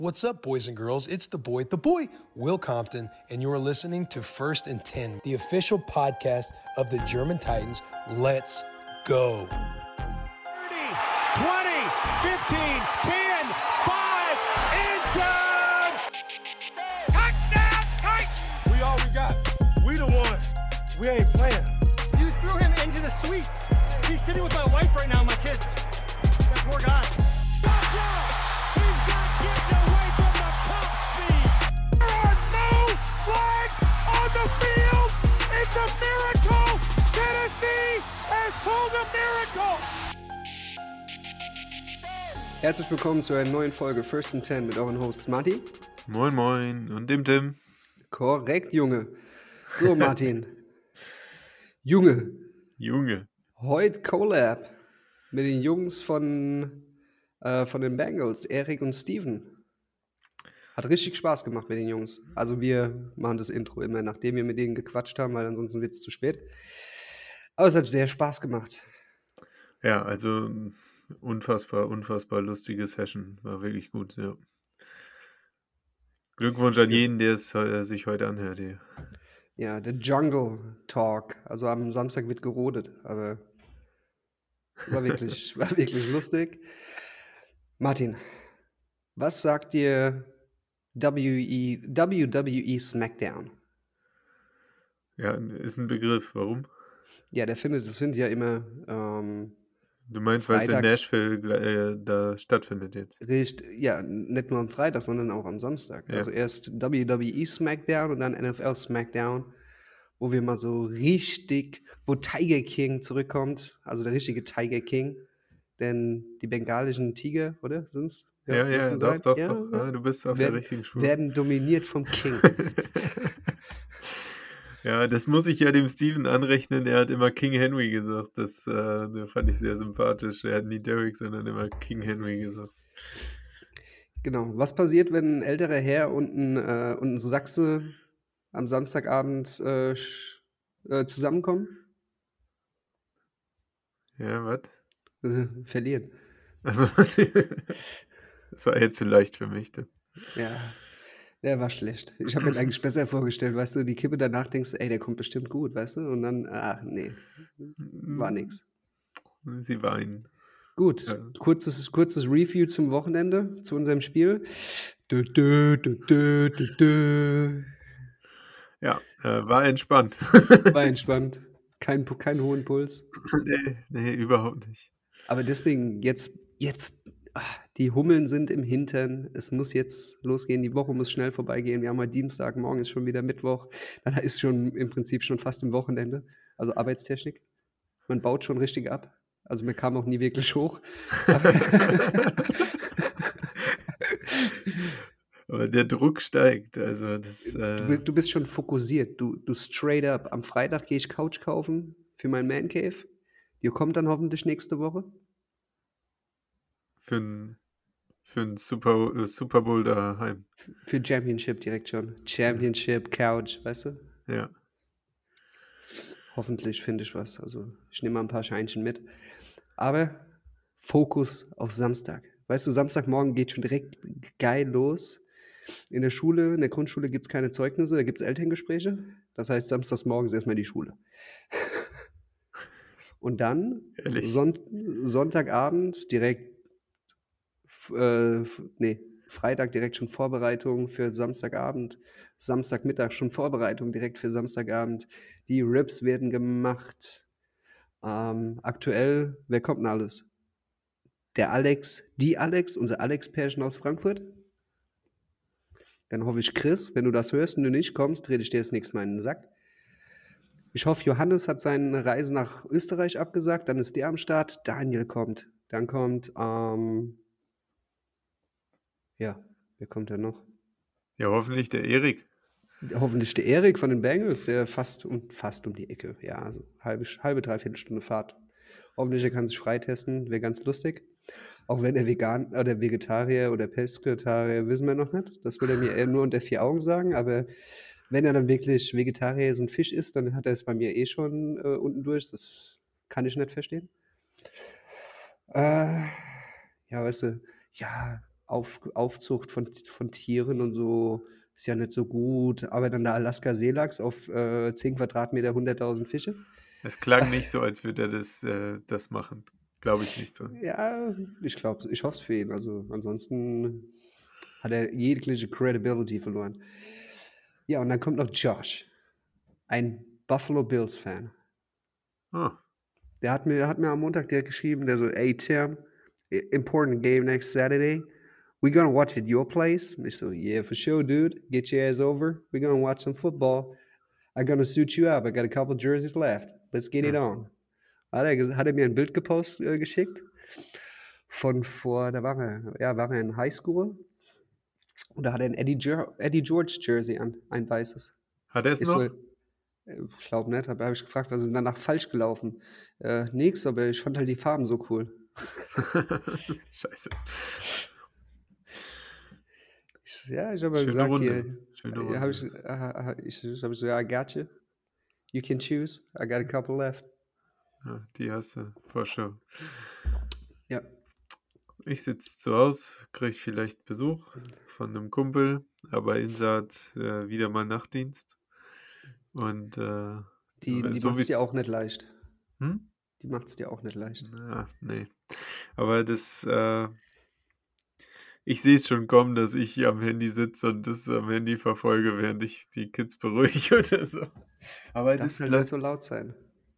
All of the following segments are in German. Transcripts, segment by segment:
What's up, boys and girls? It's the boy, Will Compton, and you're listening to First and 10, the official podcast of the German Titans. Let's go. 30, 20, 15, 10, 5, end zone! Touchdown, Titans! We all we got. We the ones. We ain't playing. You threw him into the suites. He's sitting with my wife right now, my kids. That poor guy. Touchdown! He's not getting away from the top speed! There are no flags on the field! It's a miracle! Tennessee has pulled a miracle! Herzlich willkommen zu einer neuen Folge First and 10 mit euren Hosts Martin. Moin moin und dem Tim. Korrekt, Junge. So, Martin. Junge. Heute Collab mit den Jungs von den Bengals, Erik und Steven. Hat richtig Spaß gemacht mit den Jungs. Also wir machen das Intro immer, nachdem wir mit denen gequatscht haben, weil ansonsten wird es zu spät. Aber es hat sehr Spaß gemacht. Ja, also unfassbar lustige Session. War wirklich gut, ja. Glückwunsch an jeden, der es sich heute anhört. Hier. Ja, der Jungle Talk. Also am Samstag wird gerodet, aber war wirklich lustig. Martin, was sagt dir WWE SmackDown? Ja, ist ein Begriff. Warum? Ja, das findet ja immer Du meinst, weil es in freitags- Nashville da stattfindet jetzt? ja, nicht nur am Freitag, sondern auch am Samstag. Ja. Also erst WWE SmackDown und dann NFL SmackDown, wo wir mal so richtig, wo Tiger King zurückkommt, also der richtige Tiger King, denn die bengalischen Tiger, oder, sind's? Ja, müssen doch. sein. Ja, du bist auf der richtigen Spur. Werden dominiert vom King. Ja, das muss ich ja dem Steven anrechnen. Er hat immer King Henry gesagt. Das fand ich sehr sympathisch. Er hat nie Derrick, sondern immer King Henry gesagt. Genau. Was passiert, wenn ein älterer Herr und ein Sachse am Samstagabend zusammenkommen? Ja, was? Verlieren. Also, das war jetzt zu leicht für mich. Ja, der war schlecht. Ich habe mir eigentlich besser vorgestellt, weißt du, die Kippe danach denkst, ey, der kommt bestimmt gut, weißt du? Und dann, nee, war nix. Sie weinen. Gut, Ja. kurzes Review zum Wochenende, zu unserem Spiel. Ja, war entspannt. War entspannt. Kein hohen Puls. Nee, überhaupt nicht. Aber deswegen, jetzt, die Hummeln sind im Hintern. Es muss jetzt losgehen. Die Woche muss schnell vorbeigehen. Wir haben heute Dienstag, morgen ist schon wieder Mittwoch. Dann ist schon im Prinzip schon fast im Wochenende. Also Arbeitstechnik. Man baut schon richtig ab. Also man kam auch nie wirklich hoch. Aber der Druck steigt. Also das, Du bist schon fokussiert. Du straight up. Am Freitag gehe ich Couch kaufen für mein Man Cave. Die kommt dann hoffentlich nächste Woche. für ein Super Bowl daheim. Für Championship direkt schon. Championship, Couch, weißt du? Ja. Hoffentlich finde ich was. Also ich nehme mal ein paar Scheinchen mit. Aber Fokus auf Samstag. Weißt du, Samstagmorgen geht schon direkt geil los. In der Schule, in der Grundschule gibt es keine Zeugnisse, da gibt es Elterngespräche. Das heißt, samstagsmorgens erstmal die Schule. Und dann Ehrlich? Sonntagabend direkt, Freitag direkt schon Vorbereitung für Samstagabend, Samstagmittag schon Vorbereitung direkt für Samstagabend. Die Ribs werden gemacht. Aktuell, wer kommt denn alles? Der Alex, unser Alex-Pärchen aus Frankfurt. Dann hoffe ich, Chris, wenn du das hörst und du nicht kommst, trete ich dir das nächste Mal in den Sack. Ich hoffe, Johannes hat seine Reise nach Österreich abgesagt, dann ist der am Start. Daniel kommt. Dann kommt, wer kommt denn noch? Ja, hoffentlich der Erik. Hoffentlich der Erik von den Bengals, der fast um die Ecke. Ja, also halbe, dreiviertel Stunde Fahrt. Hoffentlich er kann sich freitesten, wäre ganz lustig. Auch wenn er Vegan oder Vegetarier oder Pesketarier, wissen wir noch nicht. Das will er mir eher nur unter 4 Augen sagen. Aber wenn er dann wirklich Vegetarier ist und Fisch isst, dann hat er es bei mir eh schon unten durch. Das kann ich nicht verstehen. Ja, weißt du, ja, Aufzucht von Tieren und so ist ja nicht so gut. Aber dann der Alaska-Seelachs auf 10 Quadratmeter 100.000 Fische. Es klang nicht so, als würde er das machen. Glaube ich nicht so. Ja, ich hoffe es für ihn. Also ansonsten hat er jegliche Credibility verloren. Ja, und dann kommt noch Josh, ein Buffalo Bills-Fan. Ah, Der hat mir am Montag direkt geschrieben, der so, hey Tim, important game next Saturday. We gonna watch at your place? Und ich so, yeah, for sure, dude. Get your ass over. We gonna watch some football. I'm gonna suit you up. I got a couple jerseys left. Let's get it on. Hat er mir ein Bild geschickt von da war er in Highschool und da hat er ein Eddie George Jersey an, ein weißes. hat er es Ich noch? so, ich glaube nicht, habe ich gefragt, was ist denn danach falsch gelaufen? Nix, aber ich fand halt die Farben so cool. Scheiße. Ich habe Schöne gesagt, Runde. Schöne hier, Runde. habe ich so, I got you. You can choose. I got a couple left. Ja, die hast du, for sure. Ja. Ich sitze zu Hause, kriege vielleicht Besuch von einem Kumpel, aber Insa hat wieder mal Nachtdienst. Und Die so macht es dir wie's- auch nicht leicht. Hm? Die macht es dir auch nicht leicht. Ja, nee. Aber ich sehe es schon kommen, dass ich am Handy sitze und das am Handy verfolge, während ich die Kids beruhige oder so. Aber Darf das halt nicht so laut sein.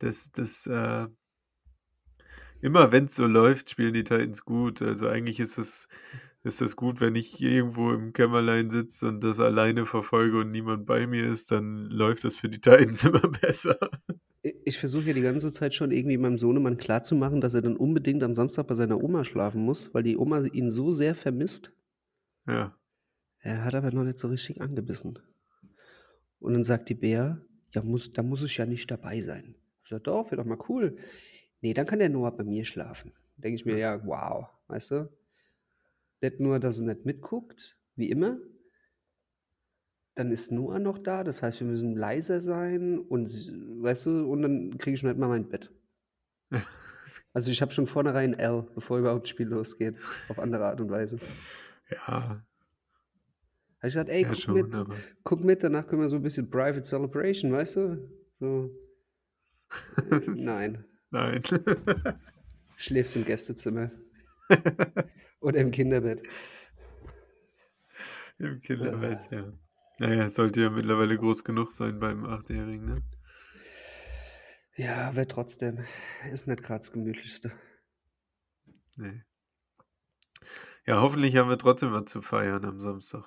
immer wenn es so läuft, spielen die Titans gut. Also eigentlich ist das gut, wenn ich irgendwo im Kämmerlein sitze und das alleine verfolge und niemand bei mir ist, dann läuft das für die Titans immer besser. Ich versuche ja die ganze Zeit schon irgendwie meinem Sohnemann klarzumachen, dass er dann unbedingt am Samstag bei seiner Oma schlafen muss, weil die Oma ihn so sehr vermisst. Ja. Er hat aber noch nicht so richtig angebissen. Und dann sagt die Bea, ja, da muss ich ja nicht dabei sein. Ich sage, doch, wäre doch mal cool. Nee, dann kann der Noah bei mir schlafen. Denke ich mir, ja, wow, weißt du? Nicht nur, dass er nicht mitguckt, wie immer. Dann ist Noah noch da, das heißt, wir müssen leiser sein und, weißt du, und dann kriege ich schon nicht mal mein Bett. Also ich habe schon vornherein L, bevor überhaupt das Spiel losgeht, auf andere Art und Weise. Ja, Habe ich gesagt, ey, ja schon, aber guck mit, danach können wir so ein bisschen Private Celebration, weißt du? So. Nein, nein. schläfst im Gästezimmer oder im Kinderbett. Im Kinderbett, ja. Naja, sollte ja mittlerweile groß genug sein beim 8-Jährigen, ne? Ja, aber trotzdem, ist nicht gerade das Gemütlichste. Nee. Ja, hoffentlich haben wir trotzdem was zu feiern am Samstag.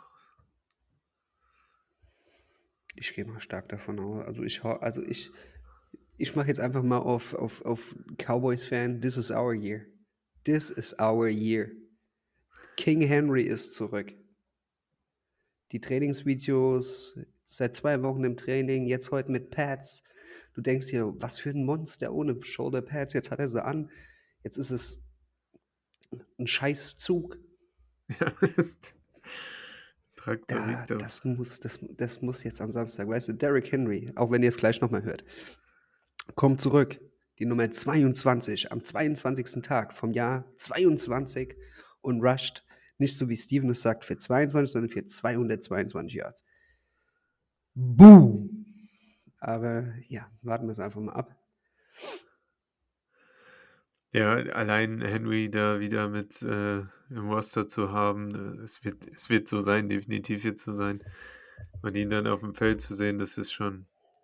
Ich gehe mal stark davon aus. Also ich mache jetzt einfach mal auf Cowboys-Fan. This is our year. This is our year. King Henry ist zurück. Die Trainingsvideos, seit 2 Wochen im Training, jetzt heute mit Pads. Du denkst dir, was für ein Monster ohne Shoulder Pads. Jetzt hat er sie an. Jetzt ist es ein scheiß Zug. Ja. Traktor, Victor. Das muss jetzt am Samstag, weißt du, Derrick Henry, auch wenn ihr es gleich nochmal hört, kommt zurück, die Nummer 22, am 22. Tag vom Jahr 22 und rusht, nicht so wie Steven es sagt, für 22, sondern für 222 Yards. Boom! Aber ja, warten wir es einfach mal ab. Ja, allein Henry da wieder mit im Roster zu haben, es wird so sein, definitiv wird so sein. Und ihn dann auf dem Feld zu sehen, das ist schon.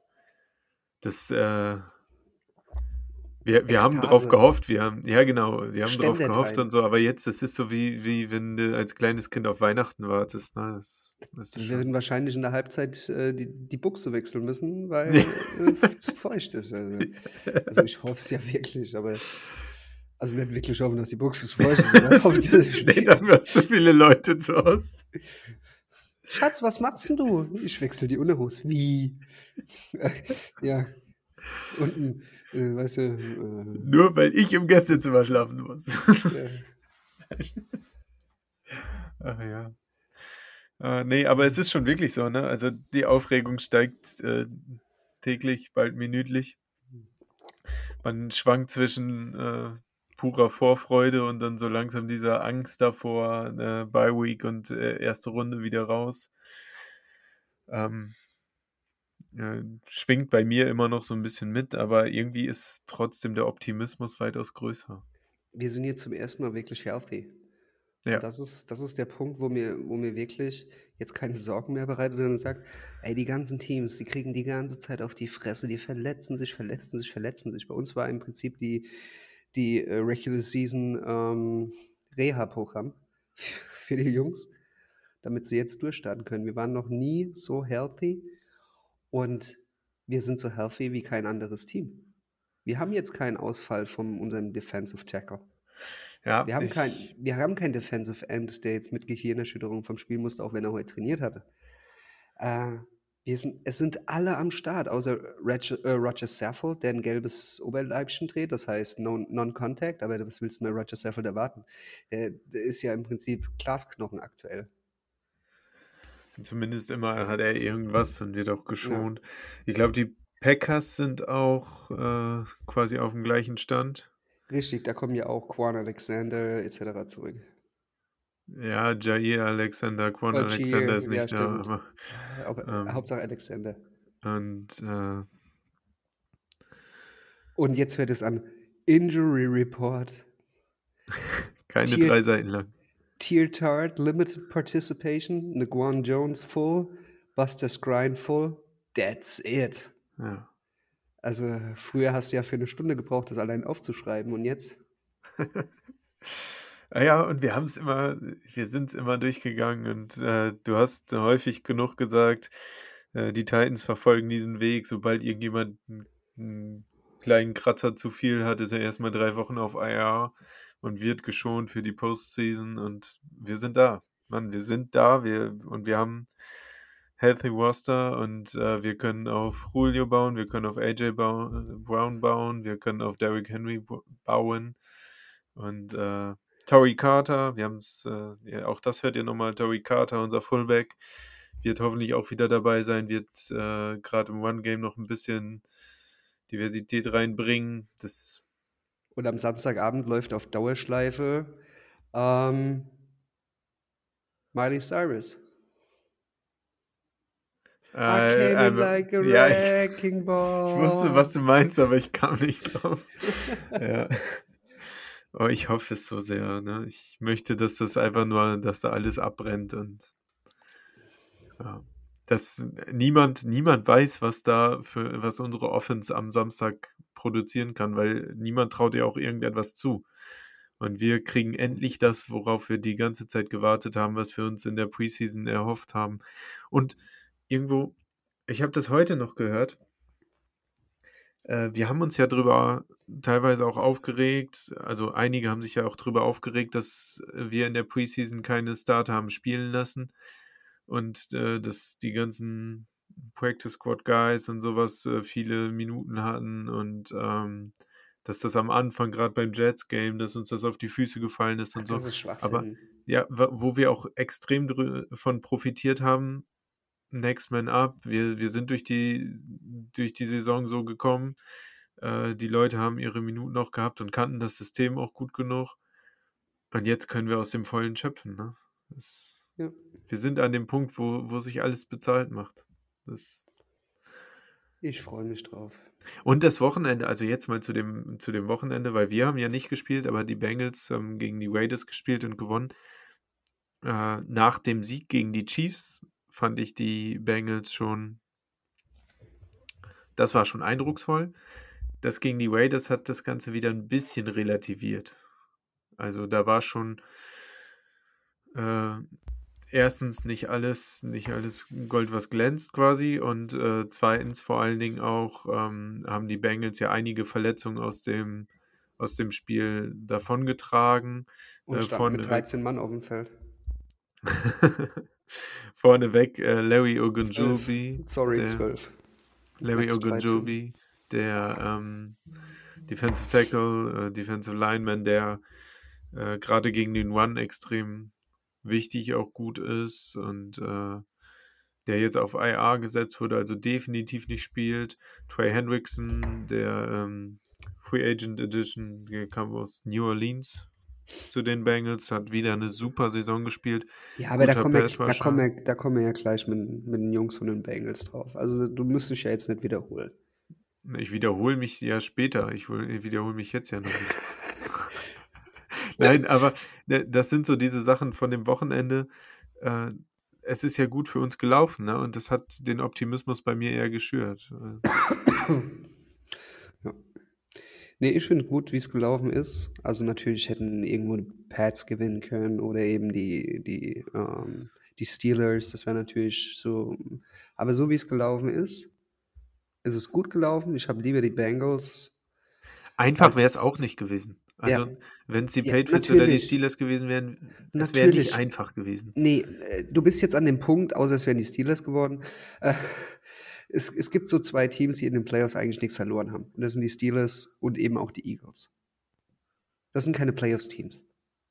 Wir haben drauf gehofft, wir haben drauf gehofft und so, aber jetzt, das ist so wie wenn du als kleines Kind auf Weihnachten wartest. Ne? Das ist Wir schon. werden wahrscheinlich in der Halbzeit die Buchse wechseln müssen, weil es zu feucht ist. Also ich hoffe es ja wirklich, aber also nicht wirklich hoffen, dass die Buchse zu feucht ist, aber hoffe, dass ich Nee, dafür hast du viele Leute zu Hause. Schatz, was machst denn du? Ich wechsle die Unterhose. Wie? Ja. Unten, weißt du. Nur weil ich im Gästezimmer schlafen muss. Ja. Ach ja. Nee, aber es ist schon wirklich so, ne? Also die Aufregung steigt täglich, bald minütlich. Man schwankt zwischen purer Vorfreude und dann so langsam dieser Angst davor, Bye Week und erste Runde wieder raus. Schwingt bei mir immer noch so ein bisschen mit, aber irgendwie ist trotzdem der Optimismus weitaus größer. Wir sind jetzt zum ersten Mal wirklich healthy. Ja. Und das ist der Punkt, wo mir wirklich jetzt keine Sorgen mehr bereitet, sondern sagt, ey, die ganzen Teams, die kriegen die ganze Zeit auf die Fresse, die verletzen sich. Bei uns war im Prinzip die Regular Season Reha-Programm für die Jungs, damit sie jetzt durchstarten können. Wir waren noch nie so healthy und wir sind so healthy wie kein anderes Team. Wir haben jetzt keinen Ausfall von unserem Defensive Tackle. Ja, Wir haben keinen Defensive End, der jetzt mit Gehirnerschütterung vom Spiel musste, auch wenn er heute trainiert hatte. Es sind alle am Start, außer Roger Saffold, der ein gelbes Oberleibchen dreht, das heißt Non-Contact, aber was willst du mit Roger Saffold erwarten? Der ist ja im Prinzip Glasknochen aktuell. Zumindest immer hat er irgendwas und wird auch geschont. Ja. Ich glaube, die Packers sind auch quasi auf dem gleichen Stand. Richtig, da kommen ja auch Quan Alexander etc. zurück. Ja, Jair Alexander, Quan Alexander ist nicht da. Aber Hauptsache Alexander. Und jetzt hört es an. Injury Report. Keine 3 Seiten lang. Tier Tart, Limited Participation, Naquan Jones full, Buster Skrine full. That's it. Ja. Also früher hast du ja für eine Stunde gebraucht, das allein aufzuschreiben und jetzt? Ja, und wir sind es immer durchgegangen und du hast häufig genug gesagt, die Titans verfolgen diesen Weg. Sobald irgendjemand einen kleinen Kratzer zu viel hat, ist er erstmal 3 Wochen auf IR und wird geschont für die Postseason und wir sind da. Mann, wir sind da, wir haben Healthy Roster und wir können auf Julio bauen, wir können auf AJ Brown bauen, wir können auf Derrick Henry bauen und Torrey Carter, wir haben es, auch das hört ihr nochmal, Torrey Carter, unser Fullback, wird hoffentlich auch wieder dabei sein, wird gerade im One-Game noch ein bisschen Diversität reinbringen. Und am Samstagabend läuft auf Dauerschleife Miley Cyrus. I came in like a wrecking ball. Ich wusste, was du meinst, aber ich kam nicht drauf. Ja. Oh, ich hoffe es so sehr. Ne? Ich möchte, dass das einfach nur, dass da alles abbrennt und ja, dass niemand weiß, was unsere Offense am Samstag produzieren kann, weil niemand traut ihr auch irgendetwas zu. Und wir kriegen endlich das, worauf wir die ganze Zeit gewartet haben, was wir uns in der Preseason erhofft haben. Und irgendwo, ich habe das heute noch gehört, wir haben uns ja drüber teilweise auch aufgeregt, also einige haben sich ja auch drüber aufgeregt, dass wir in der Preseason keine Starter haben spielen lassen und dass die ganzen Practice Squad Guys und sowas viele Minuten hatten und dass das am Anfang gerade beim Jets Game, dass uns das auf die Füße gefallen ist und so. Das ist Schwachsinn. Aber ja, wo wir auch extrem von profitiert haben, Next Man Up, wir sind durch die Saison so gekommen, die Leute haben ihre Minuten auch gehabt und kannten das System auch gut genug und jetzt können wir aus dem Vollen schöpfen. Ne? Wir sind an dem Punkt, wo sich alles bezahlt macht. Ich freue mich drauf. Und das Wochenende, also jetzt mal zu dem Wochenende, weil wir haben ja nicht gespielt, aber die Bengals haben gegen die Raiders gespielt und gewonnen. Nach dem Sieg gegen die Chiefs fand ich die Bengals das war schon eindrucksvoll. Das gegen die Raiders hat das Ganze wieder ein bisschen relativiert. Also da war schon erstens nicht alles Gold, was glänzt quasi und zweitens vor allen Dingen auch haben die Bengals ja einige Verletzungen aus dem Spiel davongetragen. Und standen mit 13 Mann auf dem Feld. Vorneweg Larry Ogunjobi. 12. Larry Ogunjobi, der Defensive Tackle, Defensive Lineman, der gerade gegen den Run extrem wichtig auch gut ist und der jetzt auf IR gesetzt wurde, also definitiv nicht spielt. Trey Hendrickson, der Free Agent Edition, kam aus New Orleans zu den Bengals, hat wieder eine super Saison gespielt. Ja, aber da Guter kommen wir, Pass-Rusher. da kommen wir ja gleich mit den Jungs von den Bengals drauf. Also du musst dich ja jetzt nicht wiederholen. Ich wiederhole mich ja später. Ich wiederhole mich jetzt ja noch nicht. Nein, aber das sind so diese Sachen von dem Wochenende. Es ist ja gut für uns gelaufen, ne? Und das hat den Optimismus bei mir eher geschürt. Ja. Nee, ich finde gut, wie es gelaufen ist. Also natürlich hätten irgendwo die Pats gewinnen können oder eben die Steelers. Das wäre natürlich so. Aber so wie es gelaufen ist es gut gelaufen. Ich habe lieber die Bengals. Einfach wäre es auch nicht gewesen. Also, Ja, wenn es die ja, Patriots oder die natürlich. Steelers gewesen wären, es wäre nicht Natürlich. einfach gewesen. Nee, du bist jetzt an dem Punkt, außer es wären die Steelers geworden. Es gibt so zwei Teams, die in den Playoffs eigentlich nichts verloren haben. Und das sind die Steelers und eben auch die Eagles. Das sind keine Playoffs-Teams.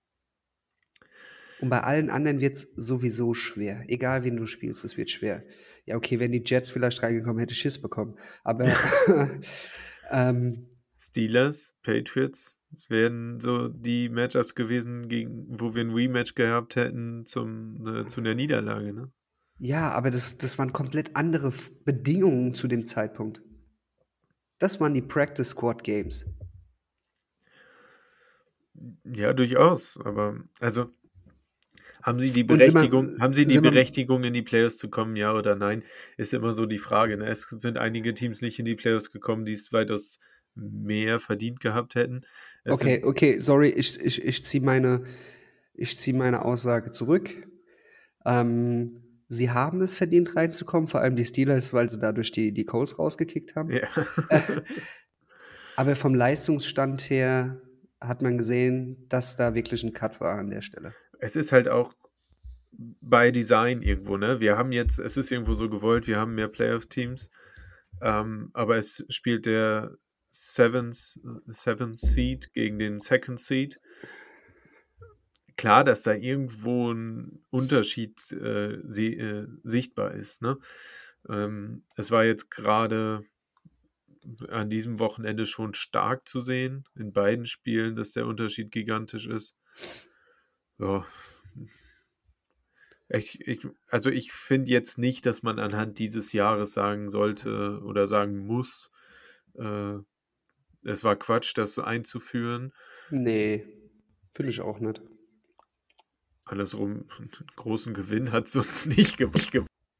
Und bei allen anderen wird es sowieso schwer. Egal, wen du spielst, es wird schwer. Ja, okay, wenn die Jets vielleicht reingekommen, hätte ich Schiss bekommen. Aber Steelers, Patriots, das wären so die Matchups gewesen, wo wir ein Rematch gehabt hätten zu einer Niederlage, ne? ja, aber das waren komplett andere Bedingungen zu dem Zeitpunkt. Das waren die Practice Squad Games. Ja, durchaus. Aber also haben sie die Und sind wir- Berechtigung, in die Playoffs zu kommen, ja oder nein, ist immer so die Frage. Ne? Es sind einige Teams nicht in die Playoffs gekommen, die es weitaus mehr verdient gehabt hätten. Okay, sorry, ich ziehe meine Aussage zurück. Sie haben es verdient, reinzukommen, vor allem die Steelers, weil sie dadurch die Colts rausgekickt haben. Ja. Aber vom Leistungsstand her hat man gesehen, dass da wirklich ein Cut war an der Stelle. Es ist halt auch bei Design irgendwo, ne? Es ist irgendwo so gewollt, wir haben mehr Playoff-Teams, aber es spielt der Seventh Seed gegen den Second Seed. Klar, dass da irgendwo ein Unterschied sichtbar ist, ne? Es war jetzt gerade an diesem Wochenende schon stark zu sehen, in beiden Spielen, dass der Unterschied gigantisch ist. Ja. Ich finde jetzt nicht, dass man anhand dieses Jahres sagen sollte oder sagen muss, es war Quatsch, das so einzuführen. Nee, finde ich auch nicht. Andersrum, einen großen Gewinn hat es uns nicht gebracht.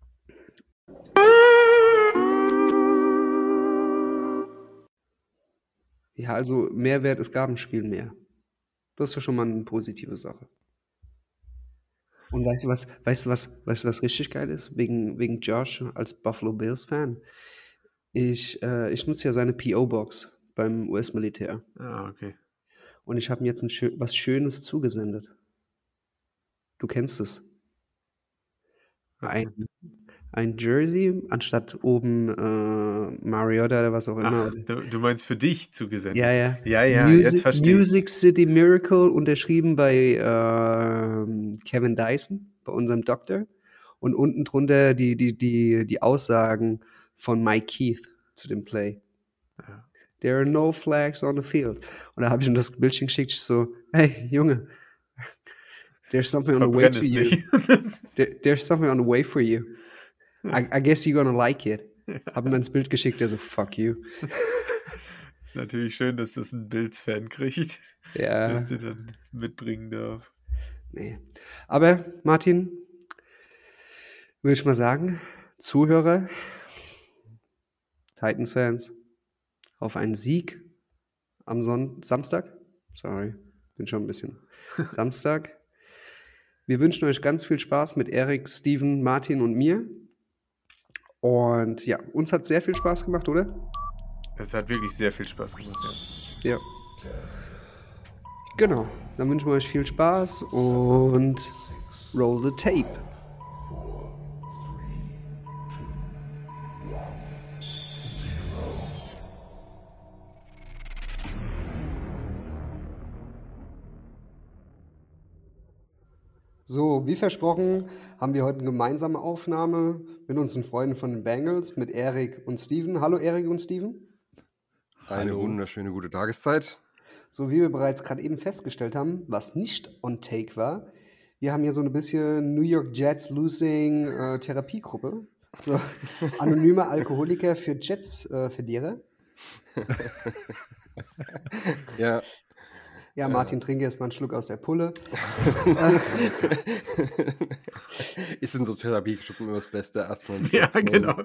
Ja, also Mehrwert, es gab ein Spiel mehr. Das ist ja schon mal eine positive Sache. Und weißt du was richtig geil ist? Wegen Josh als Buffalo Bills-Fan. Ich nutze ja seine PO-Box beim US-Militär. Ah, okay. Und ich habe ihm jetzt was Schönes zugesendet. Du kennst es. Was Ein, denn? ein Jersey, anstatt oben Mariota oder was auch immer. Ach, du meinst für dich zugesendet? Ja. Ja, jetzt verstehe ich. Music City Miracle, unterschrieben bei Kevin Dyson, bei unserem Doktor. Und unten drunter die Aussagen von Mike Keith zu dem Play. Ja. There are no flags on the field. Und da habe ich ihm das Bildchen geschickt, ich so, hey, Junge, there's something on the way Verbrenn to es you. nicht. There's something on the way for you. I guess you're gonna like it. Hab ihm dann das Bild geschickt, der so, fuck you. Ist natürlich schön, dass das ein Bills-Fan kriegt, Ja. dass du dann mitbringen darf. Nee. Aber, Martin, würde ich mal sagen, Zuhörer, Titans-Fans, auf einen Sieg am Samstag. Sorry, bin schon ein bisschen. Samstag. Wir wünschen euch ganz viel Spaß mit Erik, Steven, Martin und mir. Und ja, uns hat sehr viel Spaß gemacht, oder? Es hat wirklich sehr viel Spaß gemacht, ja. Ja. Genau. Dann wünschen wir euch viel Spaß und roll the tape. So, wie versprochen, haben wir heute eine gemeinsame Aufnahme mit unseren Freunden von den Bengals, mit Erik und Steven. Hallo Erik und Steven. Eine wunderschöne gute Tageszeit. So wie wir bereits gerade eben festgestellt haben, was nicht on take war, wir haben hier so ein bisschen New York Jets Losing Therapiegruppe. So anonyme Alkoholiker für Jets-Verlierer. Ja. Ja, Martin, trinke erstmal einen Schluck aus der Pulle. Ist in so Therapiegruppen immer das Beste. Erstmal Ja, genau.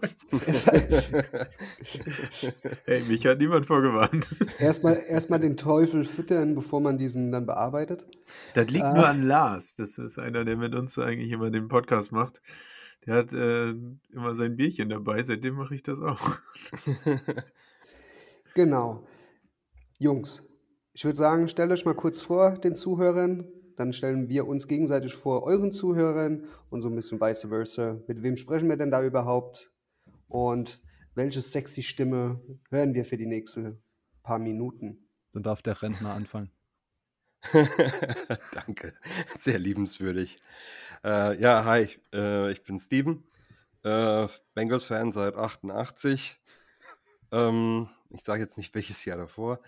Hey, mich hat niemand vorgewarnt. Erstmal den Teufel füttern, bevor man diesen dann bearbeitet. Das liegt nur an Lars. Das ist einer, der mit uns eigentlich immer den Podcast macht. Der hat immer sein Bierchen dabei. Seitdem mache ich das auch. Genau. Jungs, ich würde sagen, stellt euch mal kurz vor, den Zuhörern. Dann stellen wir uns gegenseitig vor, euren Zuhörern und so ein bisschen vice versa. Mit wem sprechen wir denn da überhaupt? Und welche sexy Stimme hören wir für die nächsten paar Minuten? Dann darf der Rentner anfangen. Danke, sehr liebenswürdig. Ja, hi, ich bin Steven, Bengals-Fan seit 88. Ich sage jetzt nicht, welches Jahr davor.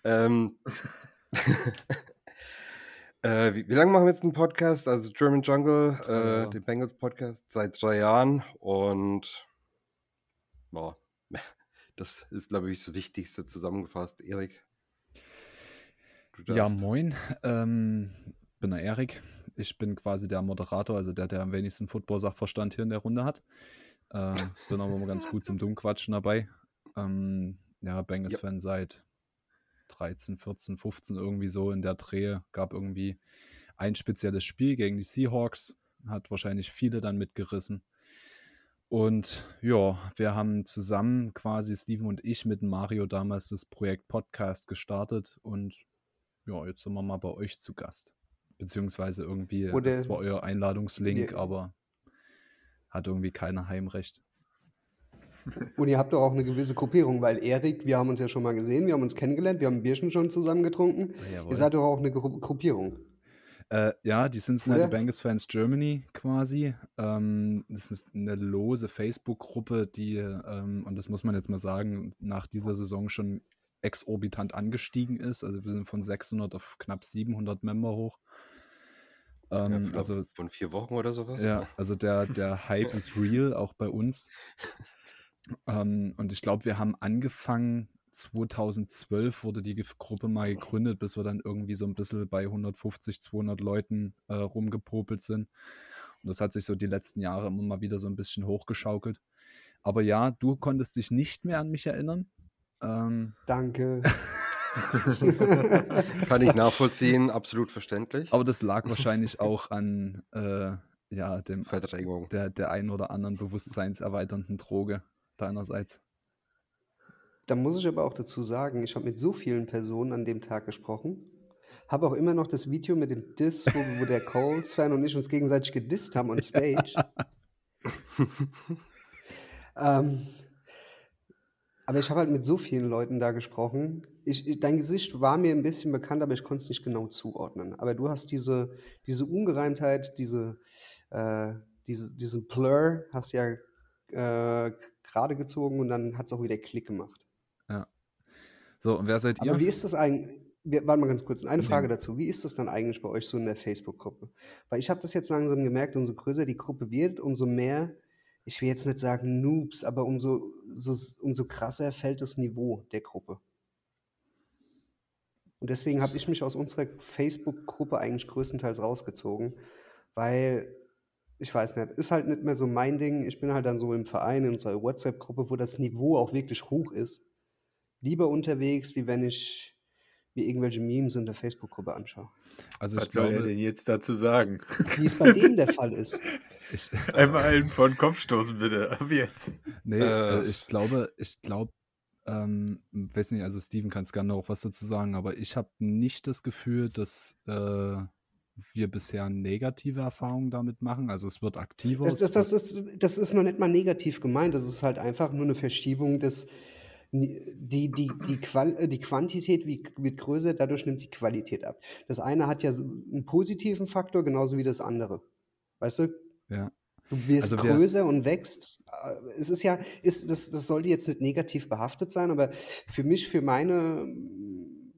Wie lange machen wir jetzt einen Podcast? Also German Jungle, den Bengals-Podcast, seit 3 Jahren. Und boah, das ist, glaube ich, das Wichtigste zusammengefasst. Erik? Ja, moin. Bin der Erik. Ich bin quasi der Moderator, also der am wenigsten Football-Sachverstand hier in der Runde hat. Bin aber immer ganz gut zum Dummquatschen dabei. Ja, Bengals-Fan seit 13, 14, 15 irgendwie so in der Drehe. Gab irgendwie ein spezielles Spiel gegen die Seahawks. Hat wahrscheinlich viele dann mitgerissen. Und ja, wir haben zusammen quasi, Steven und ich, mit Mario damals das Projekt Podcast gestartet. Und ja, jetzt sind wir mal bei euch zu Gast. Beziehungsweise irgendwie, das war euer Einladungslink, aber hat irgendwie keiner Heimrecht. Und ihr habt doch auch eine gewisse Gruppierung, weil Erik, wir haben uns ja schon mal gesehen, wir haben uns kennengelernt, wir haben ein Bierchen schon zusammen getrunken. Ihr seid doch auch eine Gruppierung. Ja, die Cincinnati Bengals Fans Germany quasi. Das ist eine lose Facebook-Gruppe, die, und das muss man jetzt mal sagen, nach dieser Saison schon exorbitant angestiegen ist. Also wir sind von 600 auf knapp 700 Member hoch. Also von 4 Wochen oder sowas? Ja, also der Hype ist real, auch bei uns. Und ich glaube, wir haben angefangen, 2012 wurde die Gruppe mal gegründet, bis wir dann irgendwie so ein bisschen bei 150, 200 Leuten rumgepopelt sind. Und das hat sich so die letzten Jahre immer mal wieder so ein bisschen hochgeschaukelt. Aber ja, du konntest dich nicht mehr an mich erinnern. Danke. Kann ich nachvollziehen, absolut verständlich. Aber das lag wahrscheinlich auch an dem Verdrängung der ein oder anderen bewusstseinserweiternden Droge deinerseits. Da muss ich aber auch dazu sagen, ich habe mit so vielen Personen an dem Tag gesprochen, habe auch immer noch das Video mit dem Diss, wo der Colts-Fan und ich uns gegenseitig gedisst haben on stage. Aber ich habe halt mit so vielen Leuten da gesprochen. Dein Gesicht war mir ein bisschen bekannt, aber ich konnte es nicht genau zuordnen. Aber du hast diese Ungereimtheit, diesen Blur hast ja gerade gezogen und dann hat es auch wieder Klick gemacht. Ja. So, und wer seid ihr? Aber wie ist das eigentlich? Warte mal ganz kurz, eine Frage dazu. Wie ist das dann eigentlich bei euch so in der Facebook-Gruppe? Weil ich habe das jetzt langsam gemerkt, umso größer die Gruppe wird, umso mehr, ich will jetzt nicht sagen Noobs, aber umso krasser fällt das Niveau der Gruppe. Und deswegen habe ich mich aus unserer Facebook-Gruppe eigentlich größtenteils rausgezogen, weil, ich weiß nicht, ist halt nicht mehr so mein Ding. Ich bin halt dann so im Verein, in unserer WhatsApp-Gruppe, wo das Niveau auch wirklich hoch ist. Lieber unterwegs, wie wenn ich mir irgendwelche Memes in der Facebook-Gruppe anschaue. Also was soll er denn jetzt dazu sagen? Wie es bei denen der Fall ist. Einmal einen vor den Kopf stoßen, bitte. Ab jetzt. Nee, ich glaube, weiß nicht, also Steven kann es gerne noch was dazu sagen, aber ich habe nicht das Gefühl, dass wir bisher negative Erfahrungen damit machen. Also es wird aktiver. Das ist noch nicht mal negativ gemeint. Das ist halt einfach nur eine Verschiebung des die Quantität wird größer, dadurch nimmt die Qualität ab. Das eine hat ja so einen positiven Faktor, genauso wie das andere. Weißt du? Ja. Du wirst größer und wächst, es ist ja, das sollte jetzt nicht negativ behaftet sein, aber für mich, für meinen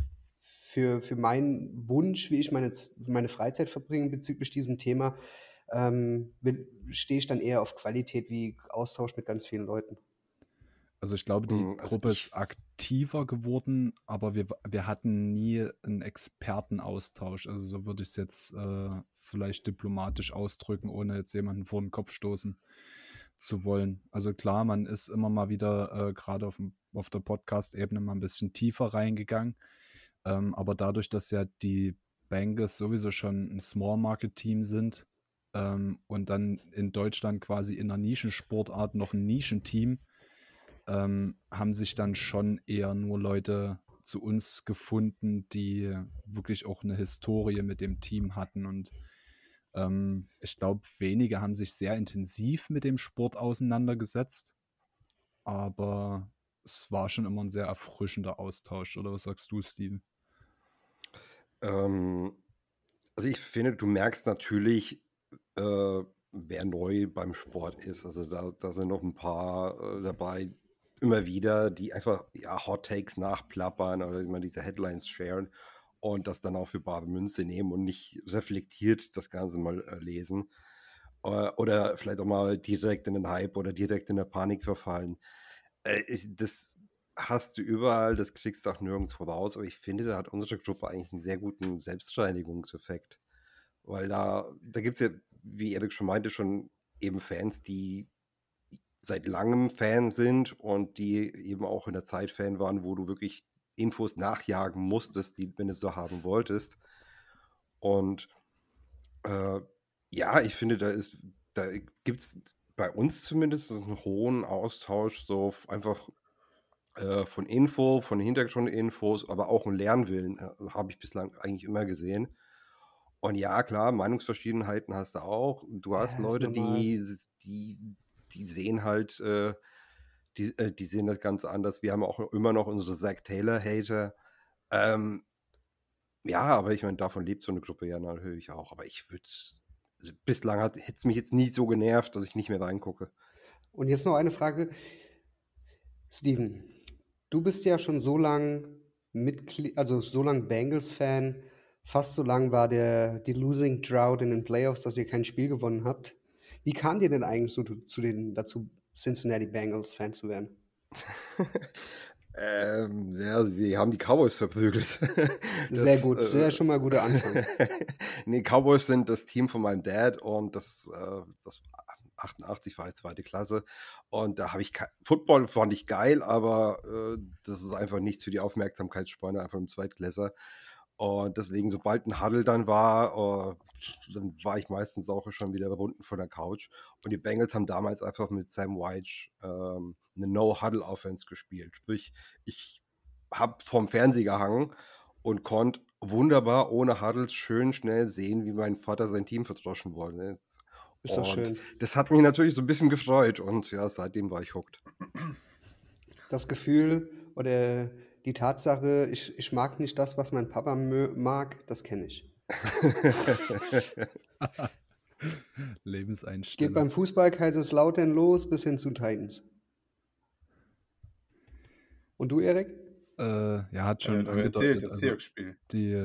Wunsch, wie ich meine Freizeit verbringe bezüglich diesem Thema, stehe ich dann eher auf Qualität wie Austausch mit ganz vielen Leuten. Also ich glaube, die Gruppe ist aktiver geworden, aber wir hatten nie einen Expertenaustausch. Also so würde ich es jetzt vielleicht diplomatisch ausdrücken, ohne jetzt jemanden vor den Kopf stoßen zu wollen. Also klar, man ist immer mal wieder gerade auf der Podcast-Ebene mal ein bisschen tiefer reingegangen. Aber dadurch, dass ja die Bengals sowieso schon ein Small-Market-Team sind und dann in Deutschland quasi in einer Nischensportart noch ein Nischenteam, haben sich dann schon eher nur Leute zu uns gefunden, die wirklich auch eine Historie mit dem Team hatten. Und ich glaube, wenige haben sich sehr intensiv mit dem Sport auseinandergesetzt. Aber es war schon immer ein sehr erfrischender Austausch. Oder was sagst du, Steven? Also ich finde, du merkst natürlich, wer neu beim Sport ist. Also da sind noch ein paar dabei, immer wieder, die einfach Hot Takes nachplappern oder immer diese Headlines sharen und das dann auch für bare Münze nehmen und nicht reflektiert das Ganze mal lesen. Oder vielleicht auch mal direkt in den Hype oder direkt in der Panik verfallen. Das hast du überall, das kriegst du auch nirgendwo raus, aber ich finde, da hat unsere Gruppe eigentlich einen sehr guten Selbstreinigungseffekt. Weil da gibt es ja, wie Erik schon meinte, schon eben Fans, die seit langem Fan sind und die eben auch in der Zeit Fan waren, wo du wirklich Infos nachjagen musstest, die, wenn du so haben wolltest. Und ich finde, da gibt es bei uns zumindest einen hohen Austausch, so einfach von Hintergrundinfos, aber auch einen Lernwillen habe ich bislang eigentlich immer gesehen. Und ja, klar, Meinungsverschiedenheiten hast du auch. Du hast Leute, die sehen halt, die sehen das Ganze anders. Wir haben auch immer noch unsere Zach Taylor-Hater. Aber ich meine, davon lebt so eine Gruppe ja natürlich auch. Aber ich würde bislang hätte es mich jetzt nie so genervt, dass ich nicht mehr reingucke. Und jetzt noch eine Frage. Steven, du bist ja schon so lang so lang Bengals-Fan, fast so lang war die Losing Drought in den Playoffs, dass ihr kein Spiel gewonnen habt. Wie kam dir denn eigentlich so dazu, Cincinnati Bengals-Fan zu werden? Sie haben die Cowboys verprügelt. Sehr gut, sehr schon mal guter Anfang. Nee, Cowboys sind das Team von meinem Dad und das 88 war jetzt zweite Klasse und da habe ich Football fand ich geil, aber das ist einfach nichts für die Aufmerksamkeitsspanne, einfach im Zweitklässer. Und deswegen, sobald ein Huddle dann war ich meistens auch schon wieder unten von der Couch. Und die Bengals haben damals einfach mit Sam Wyche eine No-Huddle-Offense gespielt. Sprich, ich habe vorm Fernseher gehangen und konnte wunderbar ohne Huddles schön schnell sehen, wie mein Vater sein Team verdroschen wollte. Ist doch schön. Das hat mich natürlich so ein bisschen gefreut und ja, seitdem war ich hooked. Das Gefühl oder die Tatsache, ich mag nicht das, was mein Papa mag, das kenne ich. Lebenseinstellung. Geht beim Fußball Kaiserslautern los bis hin zu Titans. Und du, Erik? Hat schon erzählt, das Seahawks-Spiel.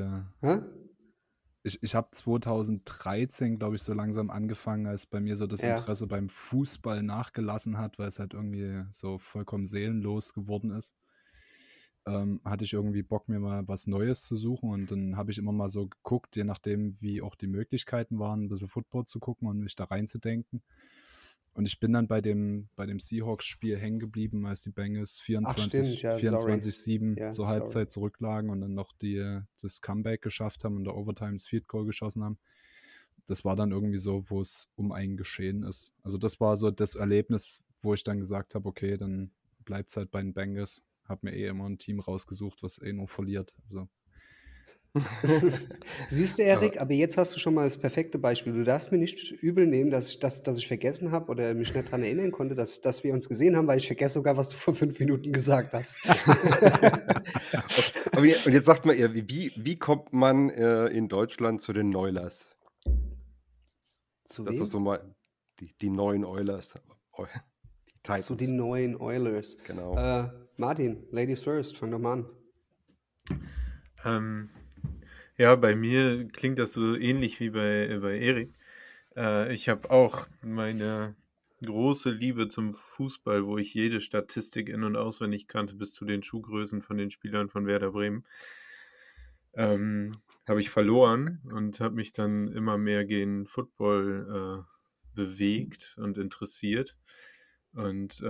Ich habe 2013, glaube ich, so langsam angefangen, als bei mir so das Interesse beim Fußball nachgelassen hat, weil es halt irgendwie so vollkommen seelenlos geworden ist. Hatte ich irgendwie Bock, mir mal was Neues zu suchen und dann habe ich immer mal so geguckt, je nachdem, wie auch die Möglichkeiten waren, ein bisschen Football zu gucken und mich da reinzudenken. Und ich bin dann bei dem Seahawks-Spiel hängen geblieben, als die Bengals 24-7 zur Halbzeit zurücklagen und dann noch das Comeback geschafft haben und der Overtime das Field Goal geschossen haben. Das war dann irgendwie so, wo es um einen geschehen ist. Also das war so das Erlebnis, wo ich dann gesagt habe, okay, dann bleibt es halt bei den Bengals. Habe mir immer ein Team rausgesucht, was nur verliert. Also. Siehst du, Erik, aber jetzt hast du schon mal das perfekte Beispiel. Du darfst mir nicht übel nehmen, dass ich vergessen habe oder mich nicht daran erinnern konnte, dass wir uns gesehen haben, weil ich vergesse sogar, was du vor 5 Minuten gesagt hast. Und jetzt sagt mal, wie kommt man in Deutschland zu den Oilers? Zu das wem? ist so mal die neuen Oilers. Titans. So die neuen Oilers. Genau. Martin, Ladies first, fang doch mal an. Ja, bei mir klingt das so ähnlich wie bei Erik. Ich habe auch meine große Liebe zum Fußball, wo ich jede Statistik in- und auswendig kannte, bis zu den Schuhgrößen von den Spielern von Werder Bremen. Habe ich verloren und habe mich dann immer mehr gegen Football bewegt und interessiert. Und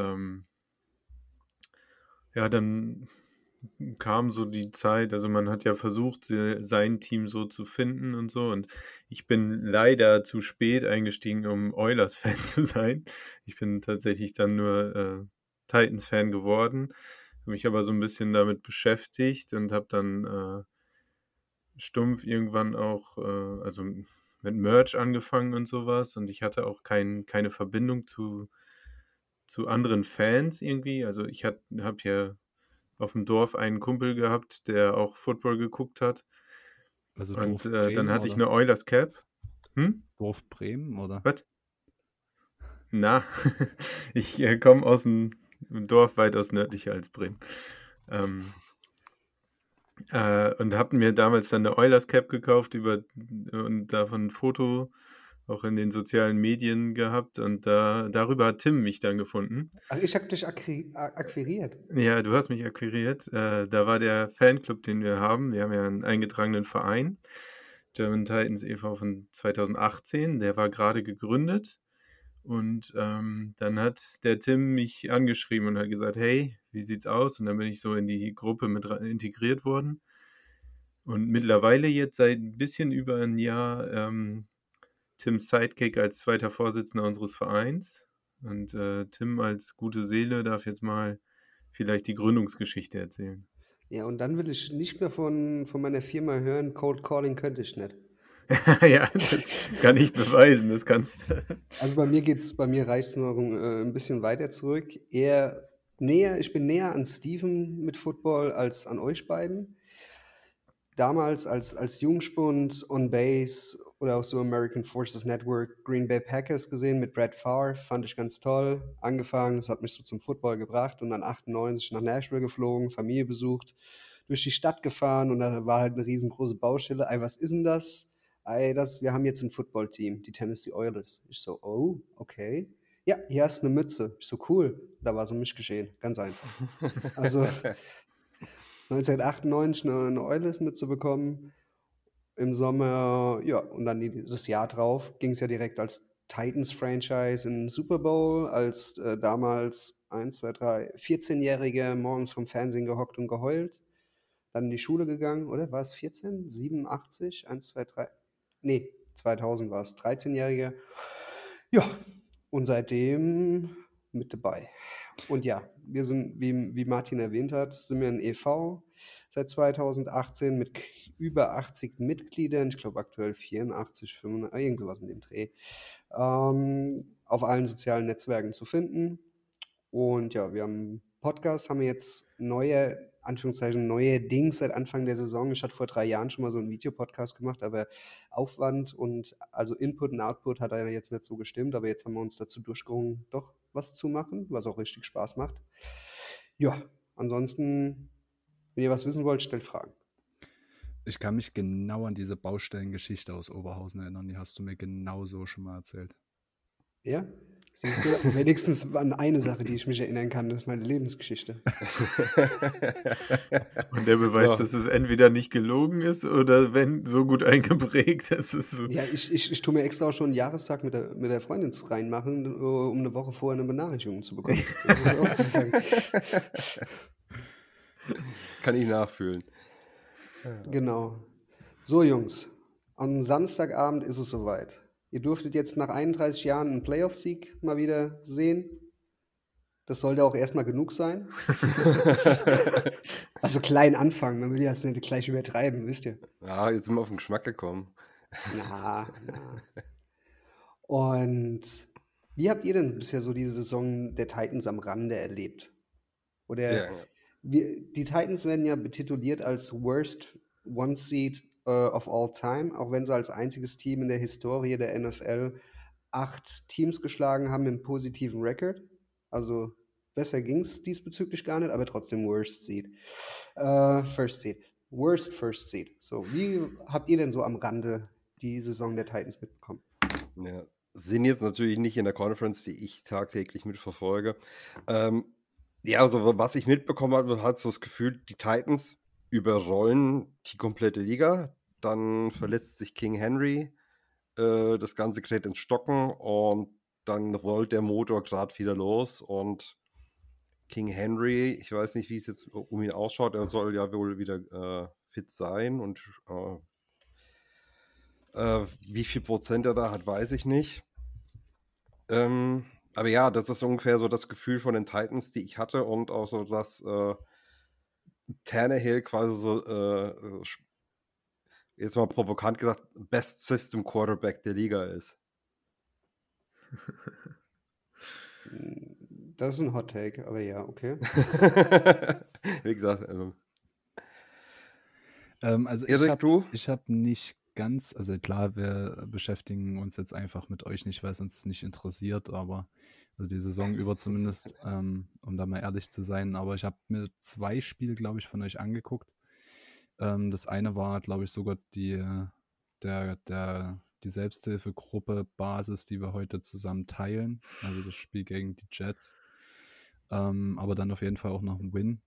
ja, dann kam so die Zeit, also man hat ja versucht, sein Team so zu finden und so. Und ich bin leider zu spät eingestiegen, um Oilers-Fan zu sein. Ich bin tatsächlich dann nur Titans-Fan geworden, habe mich aber so ein bisschen damit beschäftigt und habe dann stumpf irgendwann auch, also mit Merch angefangen und sowas. Und ich hatte auch keine Verbindung zu anderen Fans irgendwie. Also ich habe ja auf dem Dorf einen Kumpel gehabt, der auch Football geguckt hat. Also Und Dorf Bremen, dann hatte ich oder? eine Oilers Cap. Dorf Bremen, oder? Was? Na, ich komme aus einem Dorf weitaus nördlicher als Bremen. Und habe mir damals dann eine Oilers Cap gekauft und davon ein Foto auch in den sozialen Medien gehabt. Und darüber hat Tim mich dann gefunden. Ach, ich habe dich akquiriert. Ja, du hast mich akquiriert. Da war der Fanclub, den wir haben. Wir haben ja einen eingetragenen Verein, German Titans e.V. von 2018. Der war gerade gegründet. Und dann hat der Tim mich angeschrieben und hat gesagt, hey, wie sieht's aus? Und dann bin ich so in die Gruppe mit integriert worden. Und mittlerweile jetzt seit ein bisschen über ein Jahr Tims Sidekick als zweiter Vorsitzender unseres Vereins. Und Tim als gute Seele darf jetzt mal vielleicht die Gründungsgeschichte erzählen. Ja, und dann will ich nicht mehr von meiner Firma hören, Cold Calling könnte ich nicht. Ja, das kann ich beweisen, das kannst du. Also bei mir reicht es noch ein bisschen weiter zurück. Ich bin näher an Steven mit Football als an euch beiden. Damals als Jungspund on Base oder auch so American Forces Network Green Bay Packers gesehen mit Brett Favre, fand ich ganz toll. Angefangen, das hat mich so zum Football gebracht und dann 98 nach Nashville geflogen, Familie besucht, durch die Stadt gefahren und da war halt eine riesengroße Baustelle. Ey, was ist denn das? Ey, wir haben jetzt ein Footballteam, die Tennessee Oilers. Ich so, oh, okay. Ja, hier hast du eine Mütze. Ich so, cool. Da war so ein Mischgeschehen, ganz einfach. Also 1998 eine Oilers-Mütze bekommen im Sommer, ja, und dann das Jahr drauf ging es ja direkt als Titans-Franchise in den Super Bowl, als damals 14-Jährige morgens vom Fernsehen gehockt und geheult. Dann in die Schule gegangen, oder? War es 14? 87? 1, 2, 3. Nee, 2000 war es. 13-Jährige. Ja, und seitdem mit dabei. Und ja, wir sind, wie Martin erwähnt hat, sind wir ein e.V. seit 2018 mit über 80 Mitgliedern. Ich glaube aktuell 84, 85, irgend sowas in dem Dreh. Auf allen sozialen Netzwerken zu finden. Und ja, wir haben einen Podcast, haben wir jetzt neuerdings seit Anfang der Saison. Ich hatte vor 3 Jahren schon mal so einen Videopodcast gemacht, aber Aufwand und also Input und Output hat jetzt nicht so gestimmt, aber jetzt haben wir uns dazu durchgerungen, doch was zu machen, was auch richtig Spaß macht. Ja, ansonsten, wenn ihr was wissen wollt, stellt Fragen. Ich kann mich genau an diese Baustellengeschichte aus Oberhausen erinnern, die hast du mir genau so schon mal erzählt. Ja? Siehst du, wenigstens an eine Sache, die ich mich erinnern kann, das ist meine Lebensgeschichte. Und der Beweis, dass es entweder nicht gelogen ist oder wenn so gut eingeprägt, dass es so. Ja, ich tue mir extra auch schon einen Jahrestag mit der Freundin reinmachen, um eine Woche vorher eine Benachrichtigung zu bekommen. Das ist auch so sagen. Kann ich nachfühlen. Genau. So, Jungs, am Samstagabend ist es soweit. Ihr durftet jetzt nach 31 Jahren einen Playoff-Sieg mal wieder sehen. Das sollte auch erstmal genug sein. Also klein anfangen, man will ja jetzt nicht gleich übertreiben, wisst ihr. Ja, jetzt sind wir auf den Geschmack gekommen. Na. Und wie habt ihr denn bisher so diese Saison der Titans am Rande erlebt? Oder Ja. die Titans werden ja betituliert als Worst One Seed of all time, auch wenn sie als einziges Team in der Historie der NFL 8 Teams geschlagen haben im positiven Record. Also besser ging es diesbezüglich gar nicht, aber trotzdem First Seed. Worst First Seed. So, wie habt ihr denn so am Rande die Saison der Titans mitbekommen? Ja, sind jetzt natürlich nicht in der Conference, die ich tagtäglich mitverfolge. Ja, also was ich mitbekommen habe, hat so das Gefühl, die Titans überrollen die komplette Liga. Dann verletzt sich King Henry, das Ganze gerät ins Stocken und dann rollt der Motor gerade wieder los und King Henry, ich weiß nicht, wie es jetzt um ihn ausschaut, er soll ja wohl wieder fit sein und wie viel Prozent er da hat, weiß ich nicht. Aber ja, das ist ungefähr so das Gefühl von den Titans, die ich hatte und auch so, dass Tannehill quasi so, jetzt mal provokant gesagt, Best System Quarterback der Liga ist. Das ist ein Hot Take, aber ja, okay. Wie gesagt, also ich hab nicht ganz, also klar, wir beschäftigen uns jetzt einfach mit euch nicht, weil es uns nicht interessiert, aber also die Saison über zumindest, um da mal ehrlich zu sein, aber ich habe mir 2 Spiele, glaube ich, von euch angeguckt. Das eine war, glaube ich, sogar die Selbsthilfegruppe Basis, die wir heute zusammen teilen, also das Spiel gegen die Jets, aber dann auf jeden Fall auch noch ein Win.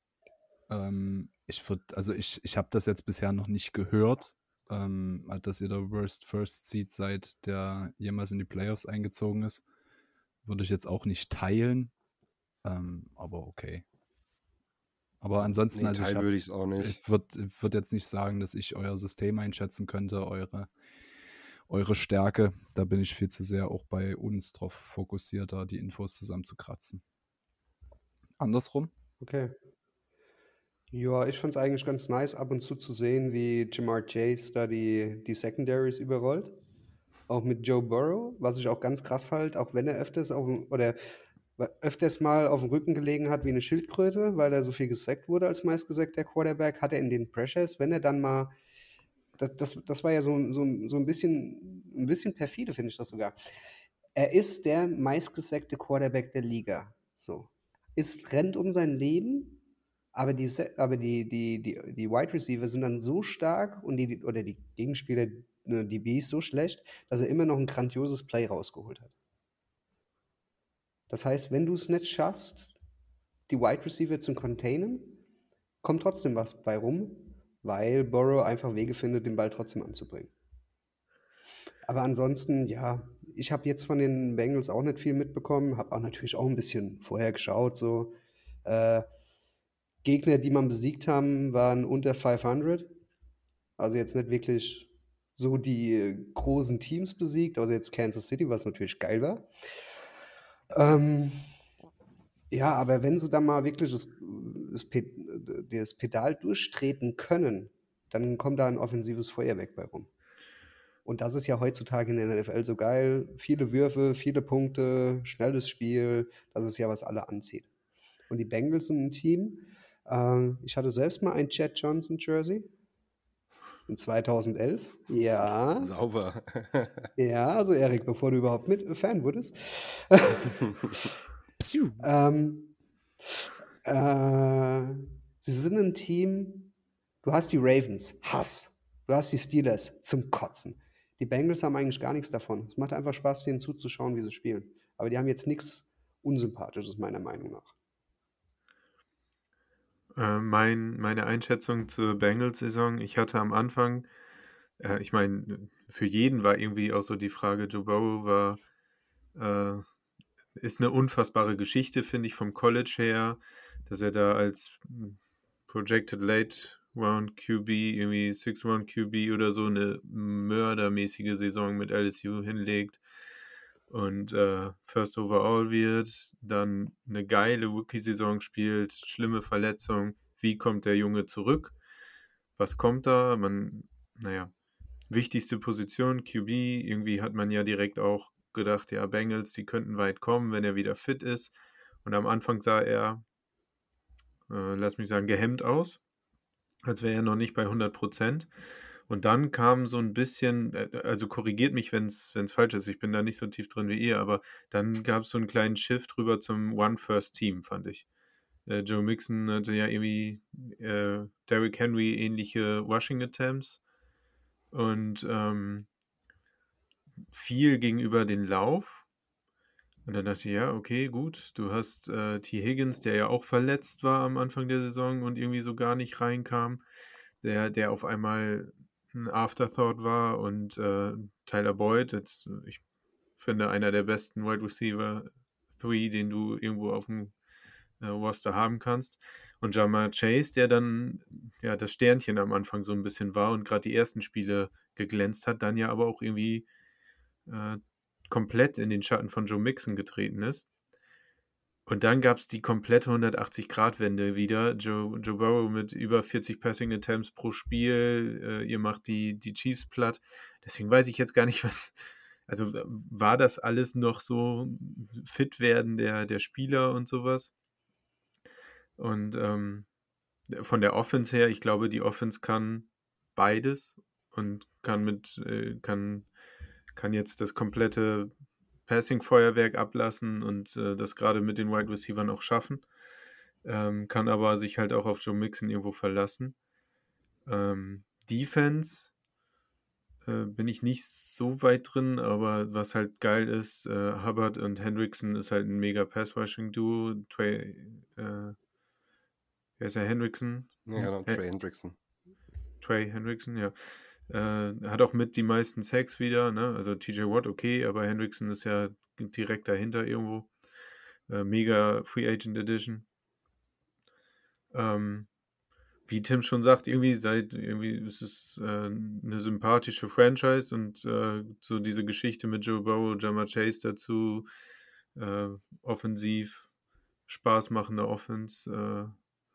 Ich habe das jetzt bisher noch nicht gehört, dass ihr der Worst First Seed seid, der jemals in die Playoffs eingezogen ist. Würde ich jetzt auch nicht teilen, aber okay. Aber ansonsten, also würde ich es auch nicht. Ich würd jetzt nicht sagen, dass ich euer System einschätzen könnte, eure Stärke. Da bin ich viel zu sehr auch bei uns drauf fokussiert, da die Infos zusammenzukratzen. Andersrum? Okay. Ja, ich fand es eigentlich ganz nice, ab und zu sehen, wie Jamar Chase da die Secondaries überrollt. Auch mit Joe Burrow, was ich auch ganz krass fand, auch wenn er öfters mal auf dem Rücken gelegen hat wie eine Schildkröte, weil er so viel gesackt wurde als meistgesackter Quarterback, hat er in den Pressures, wenn er dann mal, das war ja so ein bisschen perfide, finde ich das sogar. Er ist der meistgesackte Quarterback der Liga. So. Rennt um sein Leben, aber die Wide Receiver sind dann so stark und die Gegenspieler, die DBs so schlecht, dass er immer noch ein grandioses Play rausgeholt hat. Das heißt, wenn du es nicht schaffst, die Wide Receiver zu containen, kommt trotzdem was bei rum, weil Burrow einfach Wege findet, den Ball trotzdem anzubringen. Aber ansonsten, ja, ich habe jetzt von den Bengals auch nicht viel mitbekommen, habe auch natürlich auch ein bisschen vorher geschaut, so Gegner, die man besiegt haben, waren unter 500. Also jetzt nicht wirklich so die großen Teams besiegt, also jetzt Kansas City, was natürlich geil war. Ja, aber wenn sie da mal wirklich das Pedal durchtreten können, dann kommt da ein offensives Feuerwerk bei rum. Und das ist ja heutzutage in der NFL so geil. Viele Würfe, viele Punkte, schnelles Spiel. Das ist ja, was alle anzieht. Und die Bengals sind ein Team. Ich hatte selbst mal ein Chad Johnson Jersey in 2011. Ja. Sauber. Ja, also Erik, bevor du überhaupt Fan wurdest. Sie sind ein Team, du hast die Ravens, Hass. Du hast die Steelers, zum Kotzen. Die Bengals haben eigentlich gar nichts davon. Es macht einfach Spaß, denen zuzuschauen, wie sie spielen. Aber die haben jetzt nichts Unsympathisches, meiner Meinung nach. Meine Einschätzung zur Bengals-Saison, ich hatte am Anfang, ich meine, für jeden war irgendwie auch so die Frage, Joe Burrow ist eine unfassbare Geschichte, finde ich, vom College her, dass er da als Projected Late Round QB, irgendwie 6th Round QB oder so, eine mördermäßige Saison mit LSU hinlegt und First Overall wird, dann eine geile Rookie-Saison spielt, schlimme Verletzung. Wie kommt der Junge zurück? Was kommt da? Wichtigste Position, QB. Irgendwie hat man ja direkt auch gedacht, ja, Bengals, die könnten weit kommen, wenn er wieder fit ist. Und am Anfang sah er, lass mich sagen, gehemmt aus, als wäre er noch nicht bei 100%. Und dann kam so ein bisschen, also korrigiert mich, wenn es falsch ist, ich bin da nicht so tief drin wie ihr, aber dann gab es so einen kleinen Shift rüber zum One-First-Team, fand ich. Joe Mixon hatte ja irgendwie Derrick Henry ähnliche Rushing-Attempts und viel gegenüber den Lauf. Und dann dachte ich, ja, okay, gut, du hast T. Higgins, der ja auch verletzt war am Anfang der Saison und irgendwie so gar nicht reinkam, der auf einmal ein Afterthought war und Tyler Boyd, ich finde, einer der besten Wide Receiver 3, den du irgendwo auf dem Roster haben kannst. Und Ja'Marr Chase, der dann ja das Sternchen am Anfang so ein bisschen war und gerade die ersten Spiele geglänzt hat, dann ja aber auch irgendwie komplett in den Schatten von Joe Mixon getreten ist. Und dann gab es die komplette 180-Grad-Wende wieder. Joe Burrow mit über 40 Passing Attempts pro Spiel. Ihr macht die Chiefs platt. Deswegen weiß ich jetzt gar nicht, also war das alles noch so fit werden der Spieler und sowas? Und von der Offense her, ich glaube, die Offense kann beides und kann jetzt das komplette Passing-Feuerwerk ablassen und das gerade mit den Wide Receivern auch schaffen. Kann aber sich halt auch auf Joe Mixon irgendwo verlassen. Defense bin ich nicht so weit drin, aber was halt geil ist, Hubbard und Hendrickson ist halt ein mega Pass-Rushing-Duo. Wer ist der Hendrickson? Ja, genau, Trey Hendrickson. Trey Hendrickson, ja. Hat auch mit die meisten Sacks wieder, ne? Also TJ Watt okay, aber Hendrickson ist ja direkt dahinter irgendwo. Mega Free Agent Edition. Wie Tim schon sagt, irgendwie ist es eine sympathische Franchise und so diese Geschichte mit Joe Burrow, Ja'Marr Chase dazu, offensiv, Spaß machende Offense,